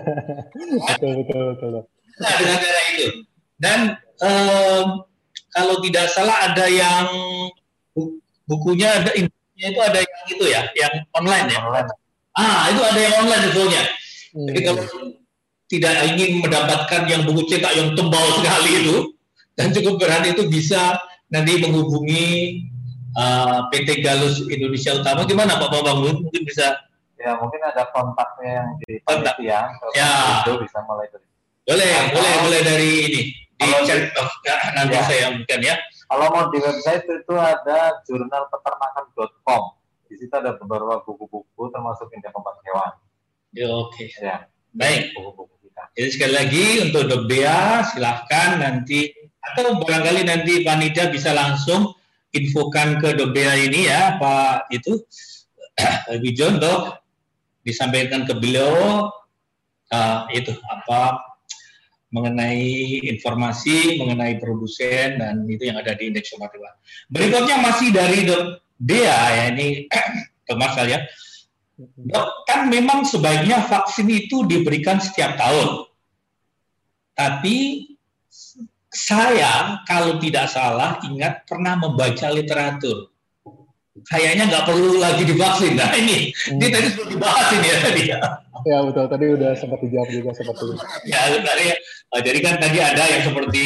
Betul. Nah, dengan cara itu. Dan kalau tidak salah ada yang bukunya ada itu ada yang itu ya, yang online ya. Itu ada yang online infonya. Jadi kalau tidak ingin mendapatkan yang buku cetak yang tebal sekali itu dan cukup berat, itu bisa nanti menghubungi PT Galus Indonesia Utama. Gimana Pak Bambang? Mungkin bisa? Ya, mungkin ada kontaknya yang di panitia. Ya. Itu bisa mulai dari. Boleh dari ini. Di chat nanti saya mungkin ya. Kalau mau di website itu ada jurnalpeternakan.com. Di situ ada beberapa buku-buku termasuk indeks obat hewan. Oke. Ya. Baik. Jadi sekali lagi untuk Dok Dea silahkan nanti, atau barangkali nanti panitia bisa langsung infokan ke Dok Dea ini ya, Pak itu Wijon, Dok, disampaikan ke beliau itu apa mengenai informasi mengenai produsen dan itu yang ada di indeks obat hewan. Berikutnya masih dari Dok Dea ya, ini Dok Marcel ya. Dok, kan memang sebaiknya vaksin itu diberikan setiap tahun. Tapi saya kalau tidak salah ingat pernah membaca literatur. Kayaknya nggak perlu lagi divaksin. Nah ini tadi sudah dibahas ini ya tadi ya. Ya betul, tadi udah sempat dijawab juga seperti itu. Ya sebenarnya, jadi kan tadi ada yang seperti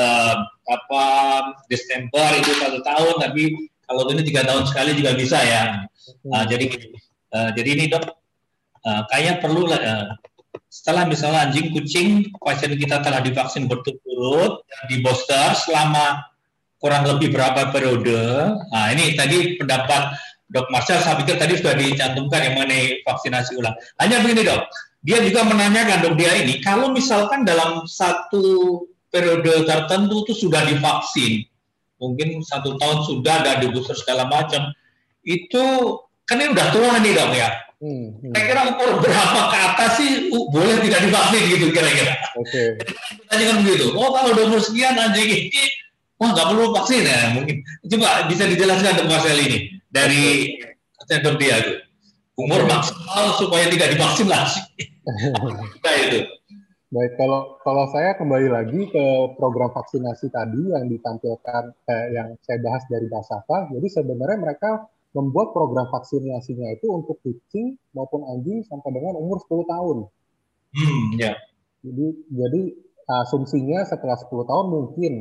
distemper itu 1 tahun, tapi kalau ini 3 tahun sekali juga bisa ya. Jadi ini Dok, kayaknya perlu setelah misalnya anjing, kucing, pasien kita telah divaksin berturut-turut, di booster selama kurang lebih berapa periode. Nah ini tadi pendapat Dok Marcel, saya pikir tadi sudah dicantumkan yang mengenai vaksinasi ulang. Hanya begini Dok, dia juga menanyakan Dok Dia ini, kalau misalkan dalam 1 periode tertentu itu sudah divaksin, mungkin 1 tahun sudah ada di booster segala macam, itu kan ini udah tua nih Dok ya. Kira-kira umur berapa ke atas sih boleh tidak divaksin gitu kira-kira? Oke. Tanya kan begitu. Oh kalau udah umur sekian anjing ini, wah nggak perlu vaksin ya mungkin. Coba bisa dijelaskan Dok Marcel ini dari Dok Dia itu. Umur maksimal supaya tidak divaksin lagi. Nah itu. Baik, kalau saya kembali lagi ke program vaksinasi tadi yang ditampilkan, yang saya bahas dari Basafa, jadi sebenarnya mereka membuat program vaksinasinya itu untuk kucing maupun anjing sampai dengan umur 10 tahun. Ya. Jadi asumsinya setelah 10 tahun mungkin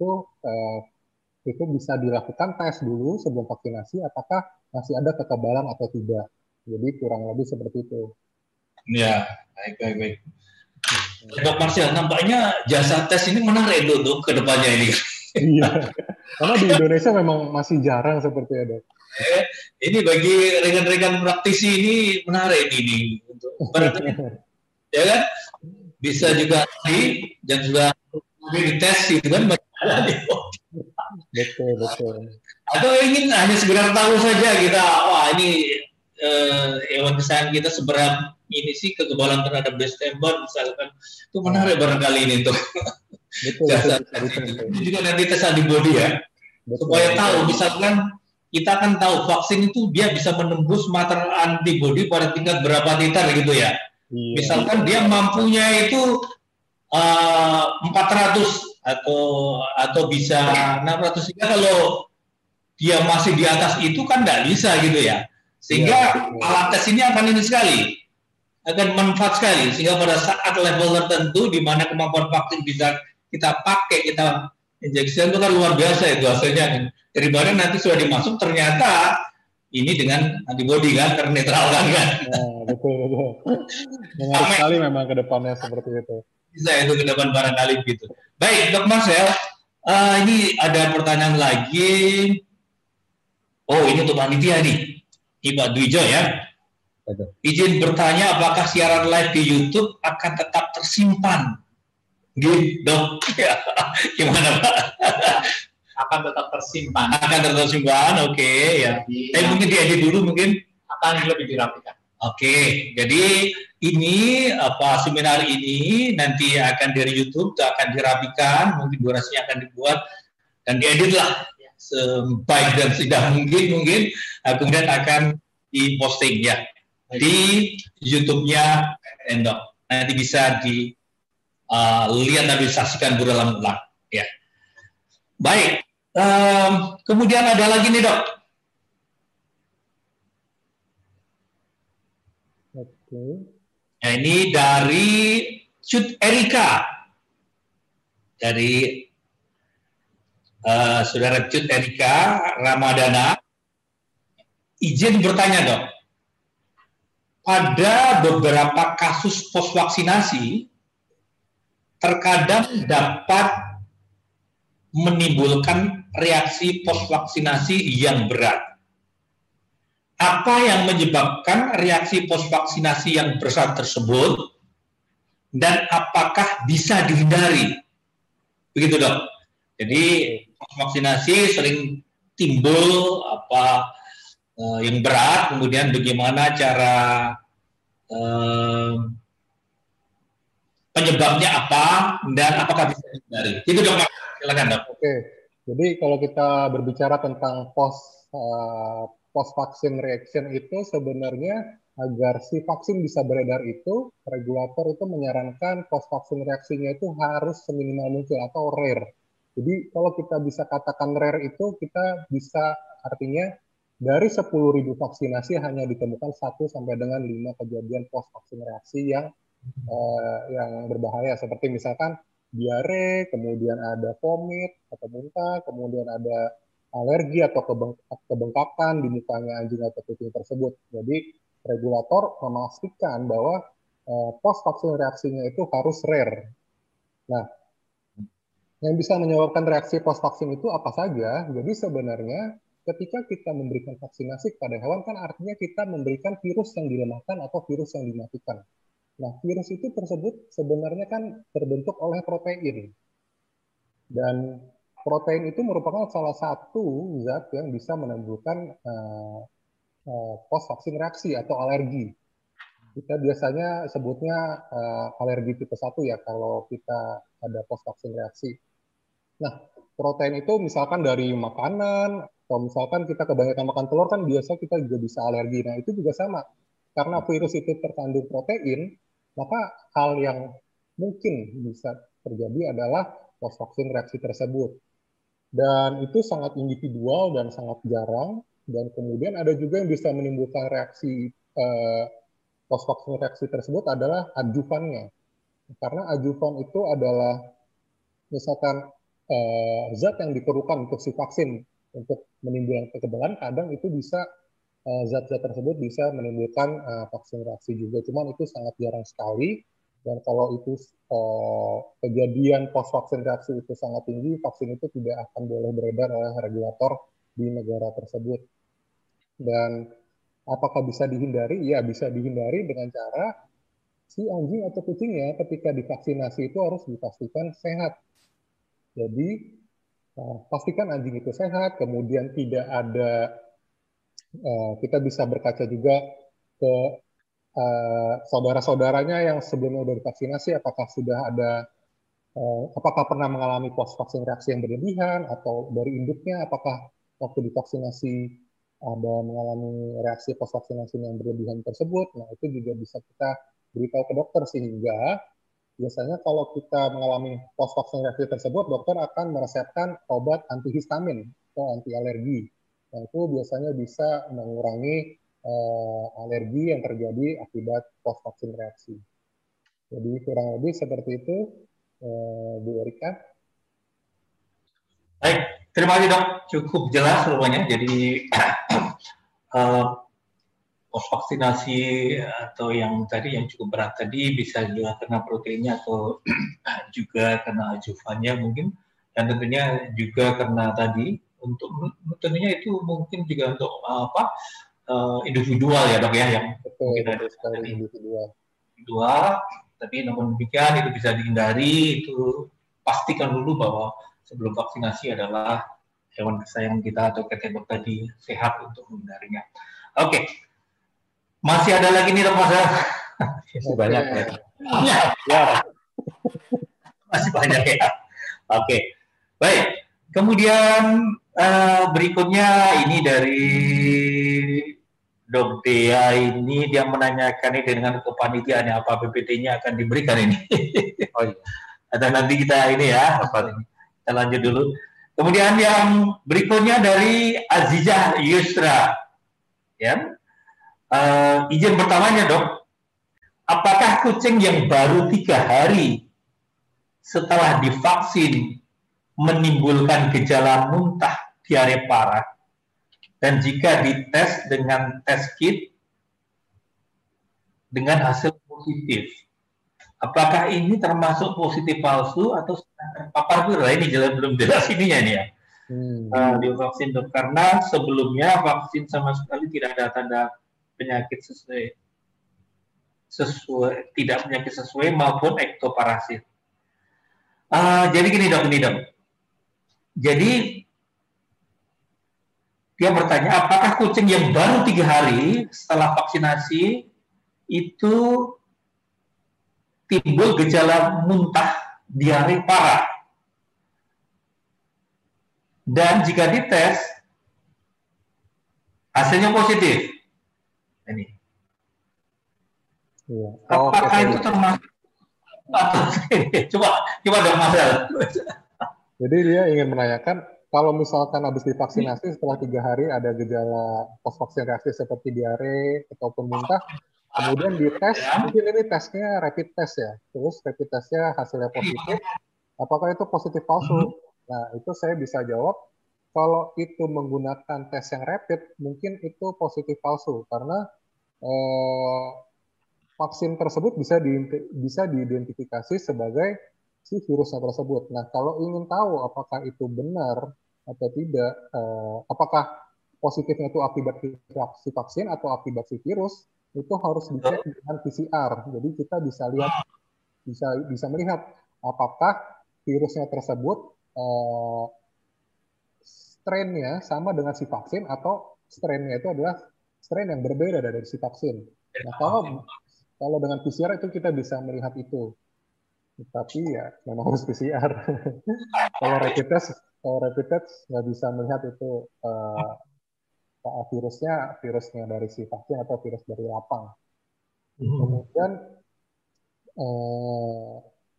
itu bisa dilakukan tes dulu sebelum vaksinasi apakah masih ada kekebalan atau tidak. Jadi kurang lebih seperti itu. Ya, baik. Dok Marcel, nampaknya jasa tes ini menarik untuk ke depannya ini. Iya, karena di Indonesia memang masih jarang seperti itu. Ini bagi rekan-rekan praktisi ini menarik ini untuk ya kan? Bisa juga dan juga dites itu kan Betul. Atau ingin hanya sekedar tahu saja kita, wah ini hewan kesayangan kita seberapa ini sih kekebalan terhadap Epstein-Barr misalkan, itu menarik barangkali ini untuk jasa tes itu juga nanti tes antibody ya, supaya tahu misalkan kita kan tahu vaksin itu dia bisa menembus mater antibody pada tingkat berapa titer gitu ya. Misalkan dia mampunya itu 400 atau bisa 600, sehingga kalau dia masih di atas itu kan nggak bisa gitu ya. Sehingga alat tes ini akan ini sekali, akan manfaat sekali, sehingga pada saat level tertentu di mana kemampuan vaksin bisa kita pakai, kita injeksi itu kan luar biasa itu hasilnya. Daripada nanti sudah dimasuk ternyata ini dengan antibody kan, ternetralkan kan. Betul. Menarik sekali memang ke depannya seperti itu. Bisa itu ke depan barangkali begitu. Baik, Dok Marcel, ini ada pertanyaan lagi. Oh, ini untuk panitia nih. Ini Pak Dwijo ya. Izin bertanya, apakah siaran live di YouTube akan tetap tersimpan? Dok, gimana Pak? Akan tetap tersimpan. Oke, ya. Tapi mungkin diedit dulu mungkin. Akan lebih dirapikan. Oke, jadi ini seminar ini nanti akan dari YouTube akan dirapikan, mungkin durasinya akan dibuat dan diedit lah sebaik dan sedah mungkin kemudian akan diposting ya di YouTube-nya Endok. Nanti bisa dilihat dan disaksikan berulang-ulang ya. Baik, kemudian ada lagi nih Dok. Nah, ini dari Cut Erika, dari saudara Cut Erika Ramadana. Izin bertanya Dok, pada beberapa kasus pos vaksinasi terkadang dapat menimbulkan reaksi pos vaksinasi yang berat. Apa yang menyebabkan reaksi pos vaksinasi yang berat tersebut dan apakah bisa dihindari? Begitu Dok. Jadi pos vaksinasi sering timbul yang berat, kemudian bagaimana cara penyebabnya apa dan apakah bisa dihindari? Itu Dok. Silakan Dok. Oke. Jadi kalau kita berbicara tentang post vaksin reaction itu sebenarnya agar si vaksin bisa beredar itu, regulator itu menyarankan post vaksin reaksinya itu harus seminimal mungkin atau rare. Jadi kalau kita bisa katakan rare itu kita bisa artinya dari 10.000 vaksinasi hanya ditemukan 1 sampai dengan 5 kejadian post vaksin reaksi yang berbahaya seperti misalkan diare, kemudian ada vomit atau muntah, kemudian ada alergi atau kebengkakan di mukanya anjing atau kucing tersebut. Jadi regulator memastikan bahwa post vaksin reaksinya itu harus rare. Nah, yang bisa menyebabkan reaksi post vaksin itu apa saja? Jadi sebenarnya ketika kita memberikan vaksinasi kepada hewan kan artinya kita memberikan virus yang dilemahkan atau virus yang dimatikan. Nah, virus itu tersebut sebenarnya kan terbentuk oleh protein. Dan protein itu merupakan salah satu zat yang bisa menimbulkan post vaksin reaksi atau alergi. Kita biasanya sebutnya alergi tipe 1 ya kalau kita ada post vaksin reaksi. Nah, protein itu misalkan dari makanan atau misalkan kita kebanyakan makan telur kan biasa kita juga bisa alergi. Nah, itu juga sama. Karena virus itu terkandung protein, maka hal yang mungkin bisa terjadi adalah post-vaksin reaksi tersebut. Dan itu sangat individual dan sangat jarang. Dan kemudian ada juga yang bisa menimbulkan reaksi post-vaksin reaksi tersebut adalah adjuvannya. Karena adjuvan itu adalah misalkan zat yang diperlukan untuk si vaksin untuk menimbulkan kekebalan, kadang itu bisa zat-zat tersebut bisa menimbulkan vaksin reaksi juga. Cuman itu sangat jarang sekali. Dan kalau itu kejadian post vaksin reaksi itu sangat tinggi, vaksin itu tidak akan boleh beredar oleh regulator di negara tersebut. Dan apakah bisa dihindari? Ya, bisa dihindari dengan cara si anjing atau kucingnya ketika divaksinasi itu harus dipastikan sehat. Jadi pastikan anjing itu sehat, kemudian tidak ada, kita bisa berkaca juga ke saudara-saudaranya yang sebelumnya sudah divaksinasi, apakah sudah ada, apakah pernah mengalami post vaksin reaksi yang berlebihan, atau dari induknya apakah waktu divaksinasi ada mengalami reaksi post vaksinasi yang berlebihan tersebut. Nah, itu juga bisa kita beritahu ke dokter, sehingga biasanya kalau kita mengalami post vaksin reaksi tersebut, dokter akan meresepkan obat antihistamin atau anti alergi. Nah, itu biasanya bisa mengurangi alergi yang terjadi akibat post vaksin reaksi. Jadi kurang lebih seperti itu, Bu Erika. Baik, terima kasih dok, cukup jelas semuanya. Jadi post vaksinasi atau yang tadi yang cukup berat tadi bisa juga karena proteinnya atau juga karena ajuvannya mungkin, dan tentunya juga karena tadi untuk tentunya itu mungkin juga untuk individual ya dok ya, yang mungkin ada sekali individual. Tapi namun demikian itu bisa dihindari. Itu pastikan dulu bahwa sebelum vaksinasi adalah hewan kesayangan kita atau ketebok tadi sehat untuk menghindarinya. Oke. Masih ada lagi nih dok Mas? Masih banyak ya. Ya. Masih banyak ya. Oke. Baik. Kemudian berikutnya ini dari Dok Dea ini, dia menanyakan ini dengan kepanitiaan apa PPT-nya akan diberikan ini. Oh iya. Ada nanti kita ini ya, kita lanjut dulu. Kemudian yang berikutnya dari Azizah Yusra, ya. Izin pertamanya dok, apakah kucing yang baru 3 hari setelah divaksin menimbulkan gejala muntah, diare parah, dan jika dites dengan tes kit dengan hasil positif, apakah ini termasuk positif palsu atau terpapar virus? Ini belum jelas ininya nih ya. Divaksin dok, karena sebelumnya vaksin sama sekali tidak ada tanda penyakit tidak penyakit sesuai maupun ektoparasit. Jadi gini dok. Jadi dia bertanya, apakah kucing yang baru 3 hari setelah vaksinasi itu timbul gejala muntah, diare parah, dan jika dites hasilnya positif. Ini. Iya. Apakah itu termasuk? Coba dong Mas. Jadi dia ingin menanyakan, kalau misalkan habis divaksinasi setelah 3 hari ada gejala post vaksin reaksi seperti diare ataupun muntah, kemudian dites, mungkin ini tesnya rapid test ya, terus rapid testnya hasilnya positif, apakah itu positif palsu? Nah, itu saya bisa jawab, kalau itu menggunakan tes yang rapid, mungkin itu positif palsu, karena vaksin tersebut bisa diidentifikasi sebagai si virusnya tersebut. Nah, kalau ingin tahu apakah itu benar atau tidak, apakah positifnya itu akibat si vaksin atau akibat si virus, itu harus dicek dengan PCR. Jadi kita bisa lihat, bisa melihat apakah virusnya tersebut strainnya sama dengan si vaksin atau strainnya itu adalah strain yang berbeda dari si vaksin. Nah, kalau dengan PCR itu kita bisa melihat itu. Tapi ya memang harus PCR. Kalau rapid test nggak bisa melihat itu virusnya dari si vaksin atau virus dari lapang. Kemudian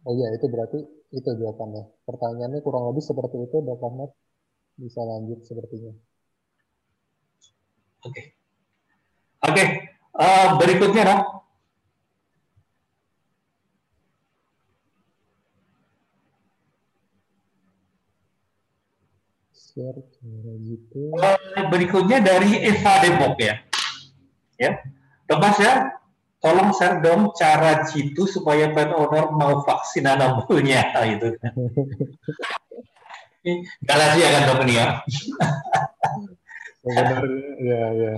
Oh iya, itu berarti itu jawabannya. Pertanyaannya kurang lebih seperti itu, Dok Ahmad. Bisa lanjut sepertinya. Oke. Oke. Berikutnya dong. Share cara gitu. Berikutnya dari Eva Depok ya. Ya. Dok Mas ya, tolong share dong cara jitu supaya pet owner mau vaksin anabulnya gitu. Ini nggak rahasia kan dok ini ya? Sebenarnya, ya.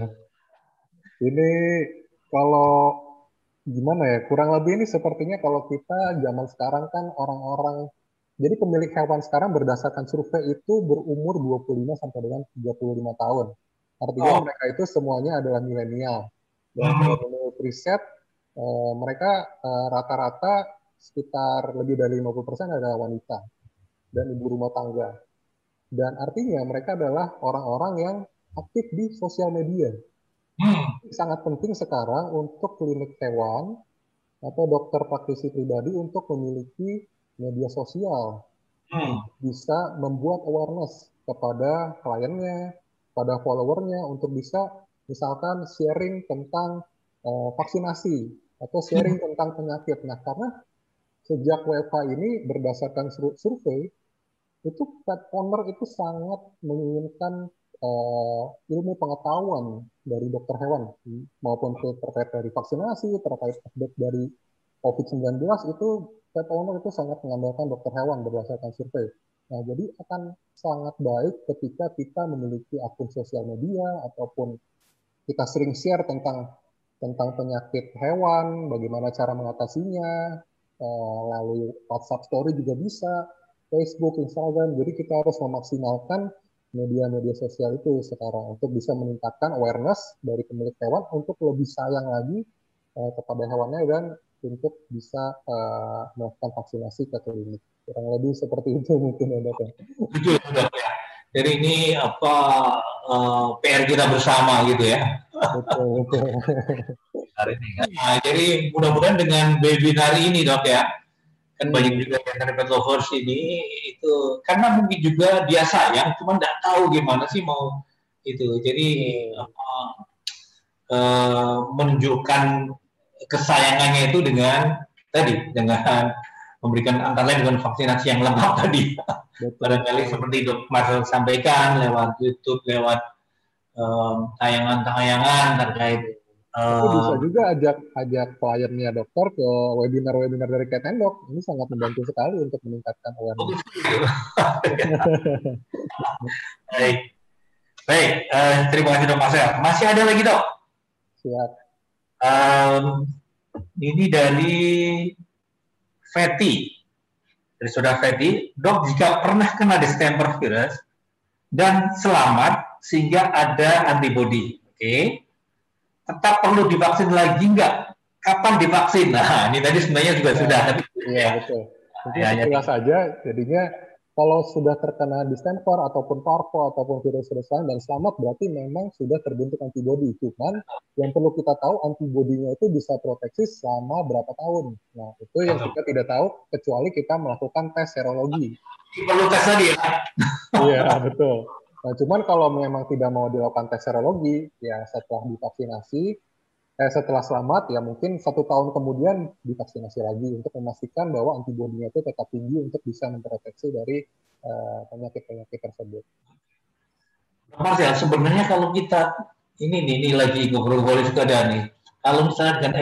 Ini kalau gimana ya, kurang lebih ini sepertinya kalau kita zaman sekarang kan orang-orang, jadi pemilik hewan sekarang berdasarkan survei itu berumur 25 sampai dengan 35 tahun. Artinya Oh. mereka itu semuanya adalah milenial. Dan kalau menurut riset, mereka rata-rata sekitar lebih dari 50% adalah wanita dan ibu rumah tangga. Dan artinya mereka adalah orang-orang yang aktif di sosial media. Sangat penting sekarang untuk klinik hewan atau dokter praktisi pribadi untuk memiliki media sosial. Bisa membuat awareness kepada kliennya, pada followernya untuk bisa misalkan sharing tentang vaksinasi atau sharing tentang penyakit. Nah, karena sejak WFH ini berdasarkan survei, itu pet owner itu sangat menginginkan ilmu pengetahuan dari dokter hewan maupun terkait dari vaksinasi, terkait update dari COVID-19 itu pet owner itu sangat mengandalkan dokter hewan berdasarkan survei. Nah, jadi akan sangat baik ketika kita memiliki akun sosial media ataupun kita sering share tentang penyakit hewan, bagaimana cara mengatasinya, lalu WhatsApp Story juga bisa, Facebook, Instagram. Jadi kita harus memaksimalkan media-media sosial itu sekarang untuk bisa meningkatkan awareness dari pemilik hewan untuk lebih sayang lagi kepada hewannya dan untuk bisa melakukan vaksinasi ke klinik. Kurang lebih seperti itu mungkin ya dok. Betul, dok ya. Jadi ini apa PR kita bersama gitu ya. Betul. Hari ini kan. Nah, jadi mudah-mudahan dengan webinar ini dok ya, kan banyak juga yang pet lovers ini itu karena mungkin juga dia sayang, cuma nggak tahu gimana sih mau itu. Jadi menunjukkan kesayangannya itu dengan tadi dengan memberikan antara lain dengan vaksinasi yang lengkap tadi. Barangkali seperti Dok Marcel sampaikan lewat YouTube, lewat tayangan-tayangan terkait. Tapi bisa juga ajak kliennya dokter ke webinar-webinar dari Cat and Dog. Ini sangat membantu sekali untuk meningkatkan awareness. Baik, terima kasih Dok Marcel. Masih ada lagi Dok? Siap. Ini dari Fetty. Dari saudara Fetty, dok jika pernah kena distemper virus dan selamat sehingga ada antibodi, tetap perlu divaksin lagi nggak? Kapan divaksin? Nah, ini tadi sebenarnya juga sudah. Tapi, iya, betul. Mungkin sekilas saja, jadinya kalau sudah terkena distemper ataupun parvo ataupun virus-virus lain dan selamat berarti memang sudah terbentuk antibodi. Cuman yang perlu kita tahu antibodinya itu bisa proteksi selama berapa tahun. Nah, itu yang kita tidak tahu kecuali kita melakukan tes serologi. Perlu tes tadi ya? Iya, betul. Nah, cuman kalau memang tidak mau dilakukan tes serologi, ya setelah divaksinasi, setelah selamat, ya mungkin 1 tahun kemudian divaksinasi lagi untuk memastikan bahwa antibodinya itu tetap tinggi untuk bisa memproteksi dari penyakit-penyakit tersebut. Mas ya, sebenarnya kalau kita ini lagi ngobrol-ngobrol juga ada nih. Kalau misalnya dengan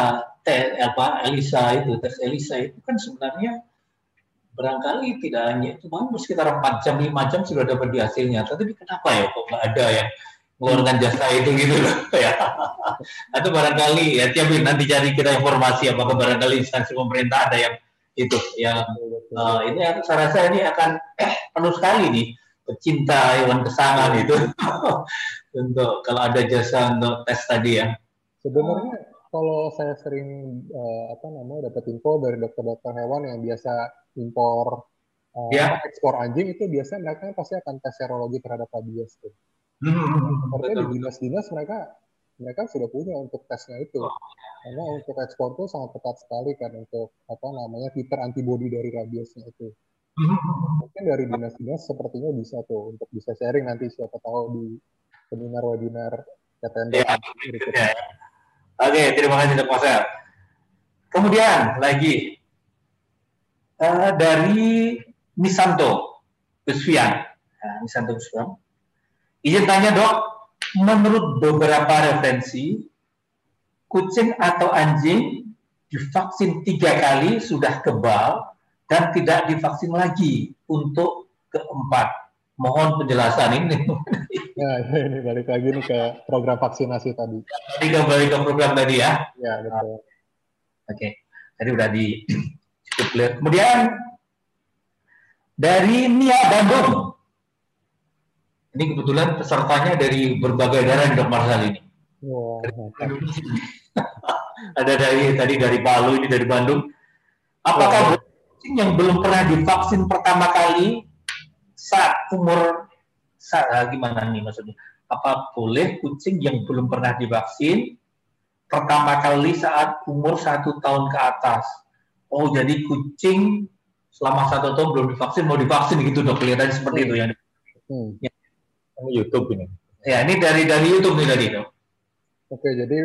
tes ELISA itu kan sebenarnya barangkali tidak hanya itu sekitar 4 jam 5 jam sudah dapat di hasilnya. Tapi kenapa ya kok nggak ada yang mengeluarkan jasa itu gitu loh ya. Atau barangkali ya tiap nanti cari kita informasi apakah barangkali instansi pemerintah ada yang itu yang ini saya rasa ini akan perlu sekali nih pecinta hewan kesayangan itu untuk kalau ada jasa untuk tes tadi ya. Sebenarnya kalau saya sering dapat info dari dokter-dokter hewan yang biasa impor ekspor anjing itu biasanya mereka pasti akan tes serologi terhadap rabies tuh. Sepertinya di dinas-dinas mereka mereka sudah punya untuk tesnya itu. Karena untuk ekspor itu sangat ketat sekali kan untuk titer antibody dari rabiesnya itu. Mungkin dari dinas-dinas sepertinya bisa tuh untuk bisa sharing nanti siapa tahu di webinar Cat Endog. Ya. Oke, terima kasih Dok Marcel. Kemudian lagi dari Nisanto Kusfian. Nisanto Kusfian. Izin tanya Dok, menurut beberapa referensi, kucing atau anjing divaksin 3 kali sudah kebal dan tidak divaksin lagi untuk keempat. Mohon penjelasan ini. Nah, ini balik lagi nih ke program vaksinasi tadi. Tadi kembali ke program tadi ya? Ya, betul. Oke, tadi udah cukup clear. Kemudian dari Nia Bandung. Ini kebetulan pesertanya dari berbagai daerah di Dok Marcel ini. Wow. Ada dari Palu, ini dari Bandung. Apakah kucing yang belum pernah divaksin pertama kali saat umur gimana nih maksudnya? Apa boleh kucing yang belum pernah divaksin pertama kali saat umur 1 tahun ke atas? Oh, jadi kucing selama 1 tahun belum divaksin mau divaksin gitu Dok, kelihatannya seperti itu ya. Ini YouTube ini. Ya, ini dari YouTube nih tadi Dok. Oke, jadi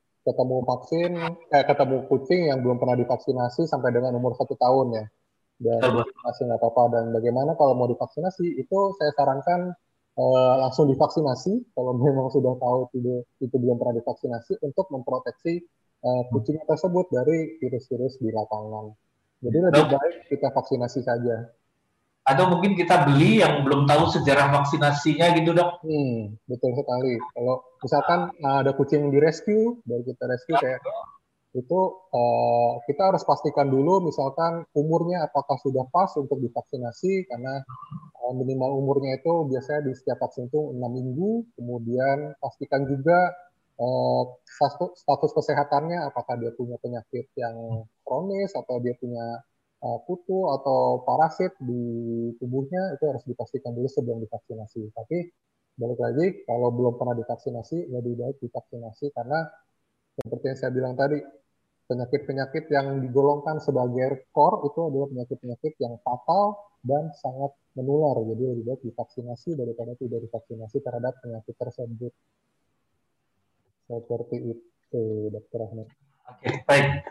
ketemu kucing yang belum pernah divaksinasi sampai dengan umur 1 tahun ya. Dan masih nggak apa-apa. Dan bagaimana kalau mau divaksinasi, itu saya sarankan langsung divaksinasi kalau memang sudah tahu itu belum pernah divaksinasi untuk memproteksi kucing tersebut dari virus-virus di lapangan. Jadi lebih baik kita vaksinasi saja. Atau mungkin kita beli yang belum tahu sejarah vaksinasinya gitu Dok? Betul sekali. Kalau misalkan ada kucing di rescue, dari kita rescue kayak itu kita harus pastikan dulu misalkan umurnya apakah sudah pas untuk divaksinasi, karena minimal umurnya itu biasanya di setiap vaksin itu 6 minggu, kemudian pastikan juga status kesehatannya, apakah dia punya penyakit yang kronis atau dia punya kutu atau parasit di tubuhnya, itu harus dipastikan dulu sebelum divaksinasi. Tapi balik lagi, kalau belum pernah divaksinasi, lebih baik divaksinasi karena seperti yang saya bilang tadi, penyakit-penyakit yang digolongkan sebagai core itu adalah penyakit-penyakit yang fatal dan sangat menular. Jadi lebih baik divaksinasi daripada tidak divaksinasi terhadap penyakit tersebut. Seperti itu, Dr. Ahmad. Oke, baik.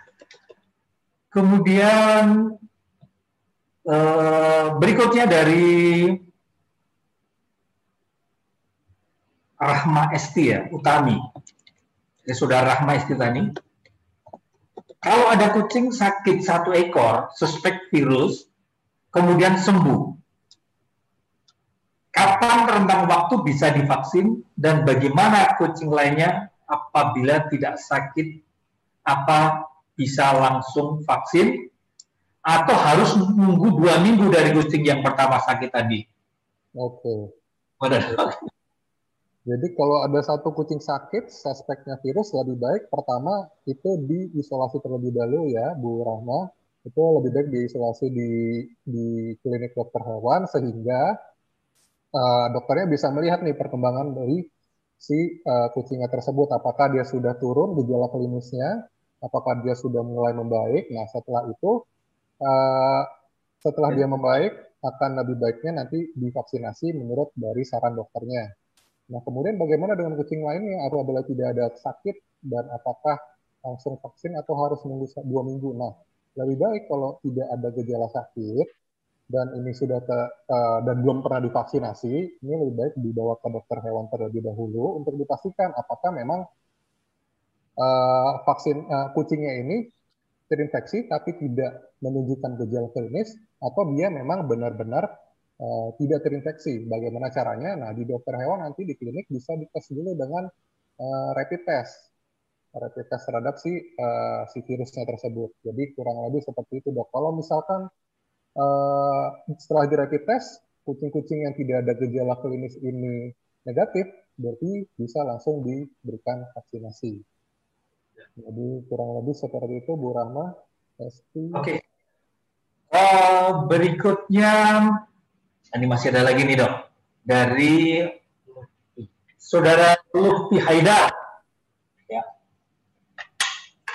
Kemudian berikutnya dari Rahma Esti ya, Utami. Ya, Saudara Rahma Esti tadi. Kalau ada kucing sakit 1 ekor, suspek virus, kemudian sembuh, kapan rentang waktu bisa divaksin dan bagaimana kucing lainnya apabila tidak sakit, apa bisa langsung vaksin atau harus menunggu 2 minggu dari kucing yang pertama sakit tadi? Oke. Jadi kalau ada 1 kucing sakit, suspeknya virus, lebih baik pertama itu diisolasi terlebih dahulu ya, Bu Rahma. Itu lebih baik diisolasi di klinik dokter hewan sehingga dokternya bisa melihat nih perkembangan dari si kucingnya tersebut. Apakah dia sudah turun gejala klinisnya, apakah dia sudah mulai membaik. Nah, setelah itu, setelah dia membaik, akan lebih baiknya nanti divaksinasi menurut dari saran dokternya. Nah, kemudian bagaimana dengan kucing lainnya apabila tidak ada sakit dan apakah langsung vaksin atau harus menunggu 2 minggu? Nah, lebih baik kalau tidak ada gejala sakit dan ini sudah dan belum pernah divaksinasi, ini lebih baik dibawa ke dokter hewan terlebih dahulu untuk dipastikan apakah memang vaksin kucingnya ini terinfeksi tapi tidak menunjukkan gejala klinis atau dia memang benar-benar tidak terinfeksi. Bagaimana caranya? Nah, di dokter hewan nanti di klinik bisa dites dulu dengan rapid test terhadap si virusnya tersebut. Jadi kurang lebih seperti itu, Dok. Kalau misalkan setelah di rapid test, kucing-kucing yang tidak ada gejala klinis ini negatif, berarti bisa langsung diberikan vaksinasi. Jadi kurang lebih seperti itu, Bu Rahma. Oke. Berikutnya, ini masih ada lagi nih Dok, dari Saudara Lutfi Haidar.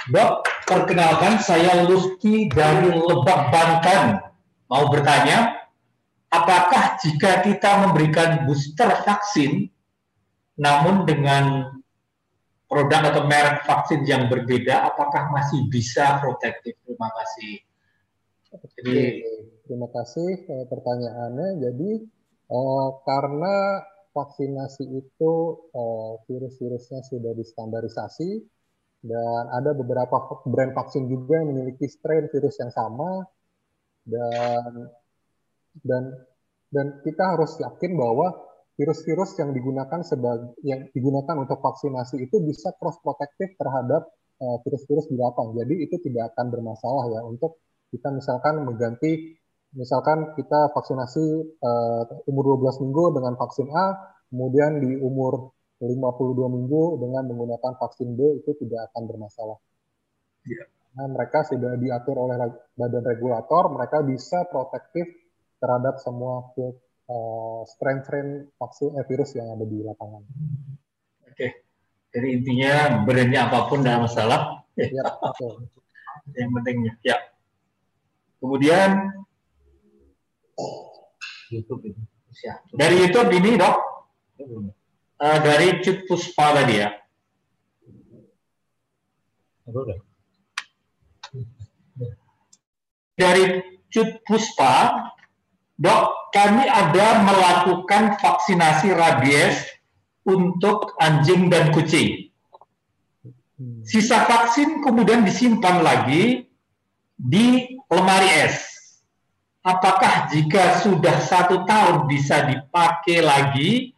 Dok, perkenalkan saya Lufki dari Lebak, Banten. Mau bertanya, apakah jika kita memberikan booster vaksin, namun dengan produk atau merek vaksin yang berbeda, apakah masih bisa protektif? Terima kasih. Jadi, terima kasih pertanyaannya. Jadi karena vaksinasi itu virus-virusnya sudah distandarisasi dan ada beberapa brand vaksin juga yang memiliki strain virus yang sama dan kita harus yakin bahwa virus-virus yang digunakan untuk vaksinasi itu bisa cross protektif terhadap virus-virus di lapang. Jadi itu tidak akan bermasalah ya untuk kita misalkan kita vaksinasi umur 12 minggu dengan vaksin A, kemudian di umur 52 minggu dengan menggunakan vaksin B, itu tidak akan bermasalah. Nah, mereka sudah diatur oleh badan regulator, mereka bisa protektif terhadap semua strain-strain vaksin virus yang ada di lapangan. Oke. Jadi intinya brandnya apapun tidak masalah. Ya, betul. Yang pentingnya. Ya. Kemudian YouTube ini. Dari YouTube ini, Dok. Dari Cut Puspa tadi ya. Dari Cut Puspa, Dok, kami ada melakukan vaksinasi rabies untuk anjing dan kucing. Sisa vaksin kemudian disimpan lagi di lemari es. Apakah jika sudah 1 tahun bisa dipakai lagi?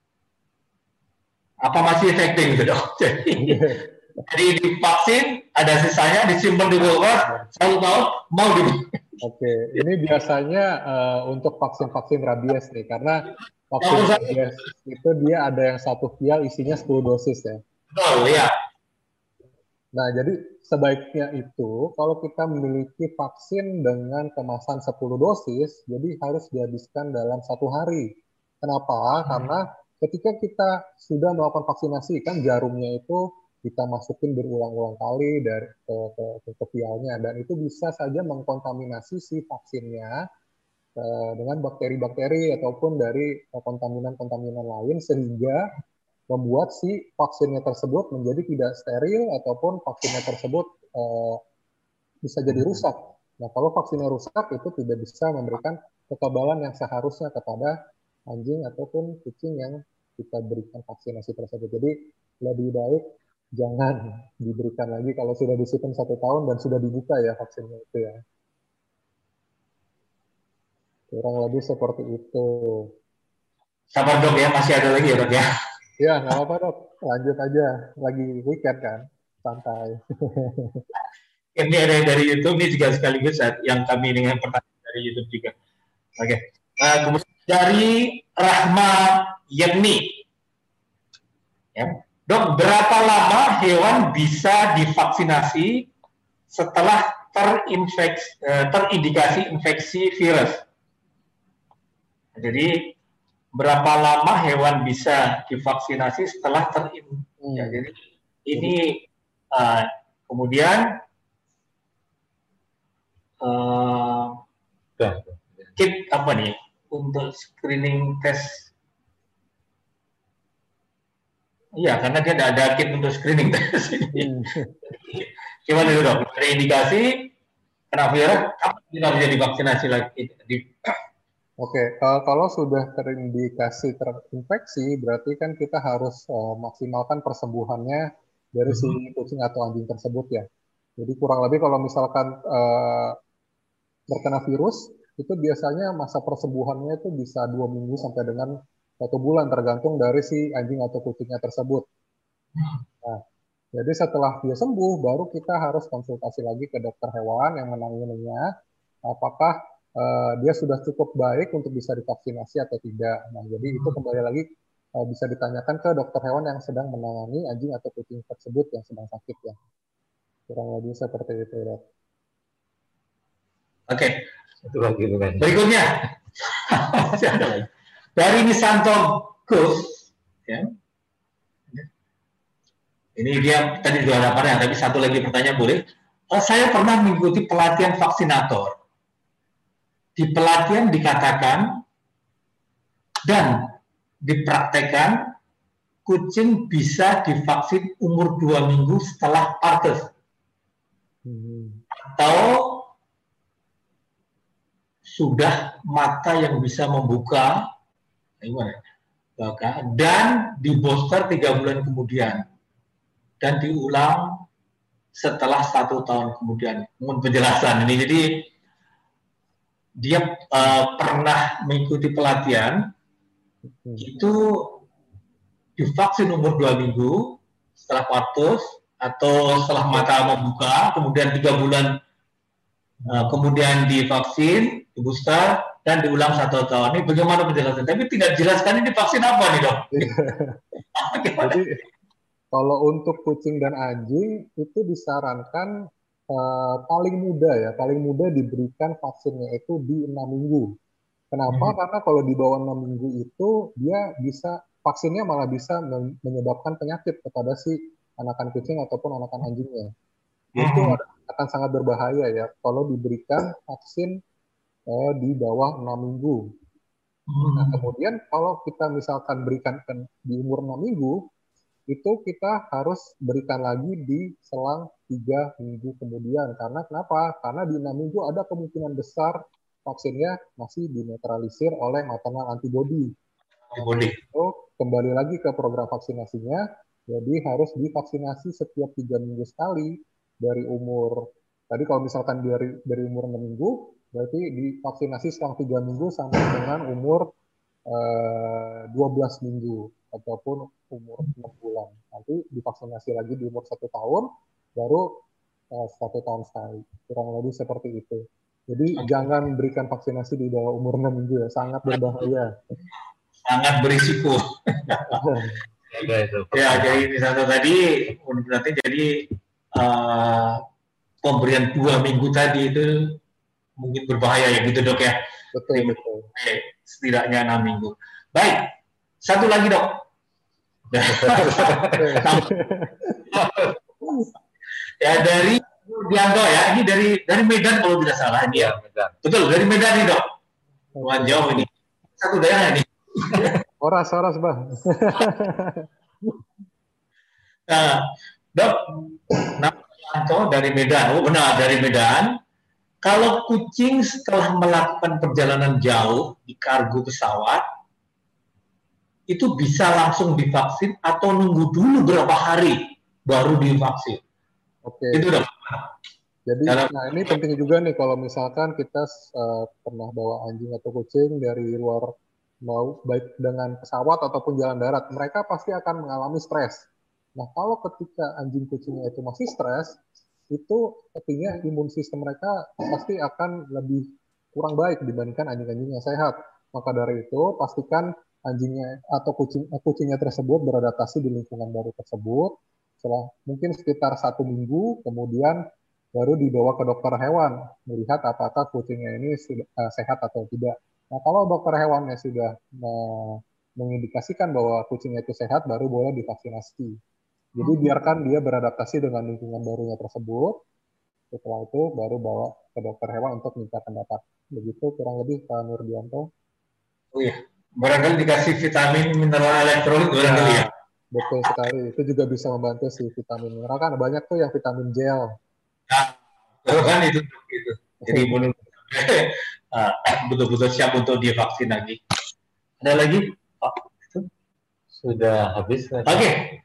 Apa masih efektif gitu, Dok? Jadi divaksin, ada sisanya, disimpan di kulkas, 1 tahun, mau dipakai. Oke, ini biasanya untuk vaksin-vaksin rabies nih, karena vaksin rabies itu dia ada yang 1 vial isinya 10 dosis ya. Betul, ya. Nah, jadi sebaiknya itu kalau kita memiliki vaksin dengan kemasan 10 dosis, jadi harus dihabiskan dalam 1 hari. Kenapa? Karena ketika kita sudah melakukan vaksinasi, kan jarumnya itu kita masukin berulang-ulang kali dari ke vialnya, dan itu bisa saja mengkontaminasi si vaksinnya dengan bakteri-bakteri ataupun dari kontaminan-kontaminan lain, sehingga membuat si vaksinnya tersebut menjadi tidak steril ataupun vaksinnya tersebut bisa jadi rusak. Nah, kalau vaksinnya rusak itu tidak bisa memberikan kekebalan yang seharusnya kepada anjing ataupun kucing yang kita berikan vaksinasi tersebut. Jadi lebih baik jangan diberikan lagi kalau sudah disimpan 1 tahun dan sudah dibuka ya vaksinnya itu ya. Kurang lebih seperti itu. Sabar, Dok ya, masih ada lagi ya, Dok ya. Ya, nggak apa-apa, Dok. Lanjut aja. Lagi weekend kan, santai. Ini ada dari YouTube, ini juga sekaligus yang kami dengan pertanyaan dari YouTube juga. Oke. Kemudian dari Rahma Yeni. Ya. Dok, berapa lama hewan bisa divaksinasi setelah terindikasi infeksi virus? Jadi berapa lama hewan bisa divaksinasi setelah terinfeksi? Ya, jadi ini kemudian kit apa nih untuk screening test? Iya, karena dia tidak ada kit untuk screening test ini. Gimana itu, Dok? Ada indikasi kena virus, kapan kita bisa divaksinasi lagi? Oke, kalau sudah terindikasi terinfeksi, berarti kan kita harus maksimalkan persembuhannya dari si kucing atau anjing tersebut ya. Jadi kurang lebih kalau misalkan terkena virus, itu biasanya masa persembuhannya itu bisa 2 minggu sampai dengan 1 bulan, tergantung dari si anjing atau kucingnya tersebut. Nah, jadi setelah dia sembuh, baru kita harus konsultasi lagi ke dokter hewan yang menanganinya, apakah dia sudah cukup baik untuk bisa divaksinasi atau tidak. Nah, jadi itu kembali lagi bisa ditanyakan ke dokter hewan yang sedang menangani anjing atau kucing tersebut yang sedang sakit ya. Kurang lebih seperti itu, Dok. Oke, berikutnya dari Nisanto Gus, ya. Ini dia tadi juga ada pertanyaan, tapi satu lagi pertanyaan boleh. Saya pernah mengikuti pelatihan vaksinator. Di pelatihan dikatakan dan dipraktekkan kucing bisa divaksin umur 2 minggu setelah partes. Atau sudah mata yang bisa membuka dan di booster 3 bulan kemudian dan diulang setelah 1 tahun kemudian. Mohon penjelasan ini. Jadi dia pernah mengikuti pelatihan itu divaksin umur 2 minggu setelah partus atau setelah mata membuka, kemudian 3 bulan kemudian divaksin, di booster, dan diulang 1 tahun. Ini bagaimana penjelasan? Tapi tidak dijelaskan ini vaksin apa nih, Dok? Jadi kalau untuk kucing dan anjing itu disarankan paling muda diberikan vaksinnya itu di 6 minggu. Kenapa? Karena kalau di bawah 6 minggu itu dia bisa vaksinnya malah bisa menyebabkan penyakit kepada si anakan kucing ataupun anakan anjingnya. Itu akan sangat berbahaya ya kalau diberikan vaksin di bawah 6 minggu. Nah, kemudian kalau kita misalkan berikan di umur 6 minggu, itu kita harus berikan lagi di selang 3 minggu kemudian. Karena kenapa? Karena di 6 minggu ada kemungkinan besar vaksinnya masih dinetralisir oleh maternal antibody. So, kembali lagi ke program vaksinasinya, jadi harus divaksinasi setiap 3 minggu sekali dari umur, tadi kalau misalkan dari umur 6 minggu, berarti divaksinasi selang 3 minggu sampai dengan umur 12 minggu ataupun umur 6 bulan. Nanti divaksinasi lagi di umur 1 tahun, baru 1 tahun sekali. Kurang lebih seperti itu. Jadi jangan berikan vaksinasi di bawah umur 6 minggu ya, sangat berbahaya. Sangat berisiko. Ya, jadi misalnya tadi berarti jadi pemberian 2 minggu tadi itu mungkin berbahaya ya gitu, Dok ya. Betul. Setidaknya 6 minggu. Baik, satu lagi, Dok. Ya, dari Dianto ya, ini dari Medan kalau tidak salah ini ya. Betul, dari Medan nih, Dok. Luar jauh ini. Satu daerah ini. Oras, Bang. Nah, Dok, nama Dianto dari Medan. Oh, benar, dari Medan. Kalau kucing setelah melakukan perjalanan jauh di kargo pesawat, itu bisa langsung divaksin atau nunggu dulu berapa hari baru divaksin? Oke. Itu Dok. Jadi, nah ini penting juga nih kalau misalkan kita pernah bawa anjing atau kucing dari luar, mau baik dengan pesawat ataupun jalan darat, mereka pasti akan mengalami stres. Nah, kalau ketika anjing kucingnya itu masih stres, itu artinya imun sistem mereka pasti akan lebih kurang baik dibandingkan anjing-anjing yang sehat. Maka dari itu, pastikan anjingnya atau kucingnya tersebut beradaptasi di lingkungan baru tersebut, setelah mungkin sekitar 1 minggu, kemudian baru dibawa ke dokter hewan, melihat apakah kucingnya ini sudah sehat atau tidak. Nah, kalau dokter hewannya sudah mengindikasikan bahwa kucingnya itu sehat, baru boleh divaksinasi. Jadi biarkan dia beradaptasi dengan lingkungan barunya tersebut, setelah itu baru bawa ke dokter hewan untuk minta pendapat. Begitu kurang lebih Pak Nurdianto. Oh iya, barangkali dikasih vitamin mineral elektrolit barangkali ya. Betul sekali, itu juga bisa membantu si vitamin mineral, kan banyak tuh yang vitamin gel. Nah, betul kan itu. Jadi betul-betul siap untuk divaksin lagi. Ada lagi? Oh, itu sudah habis. Oke.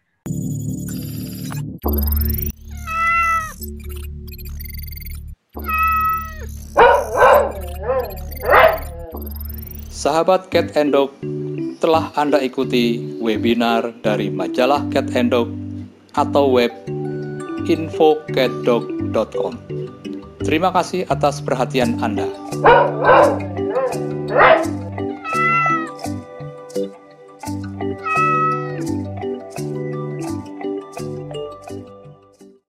Sahabat Cat and Dog, telah Anda ikuti webinar dari majalah Cat and Dog atau web infocatdog.com. Terima kasih atas perhatian Anda.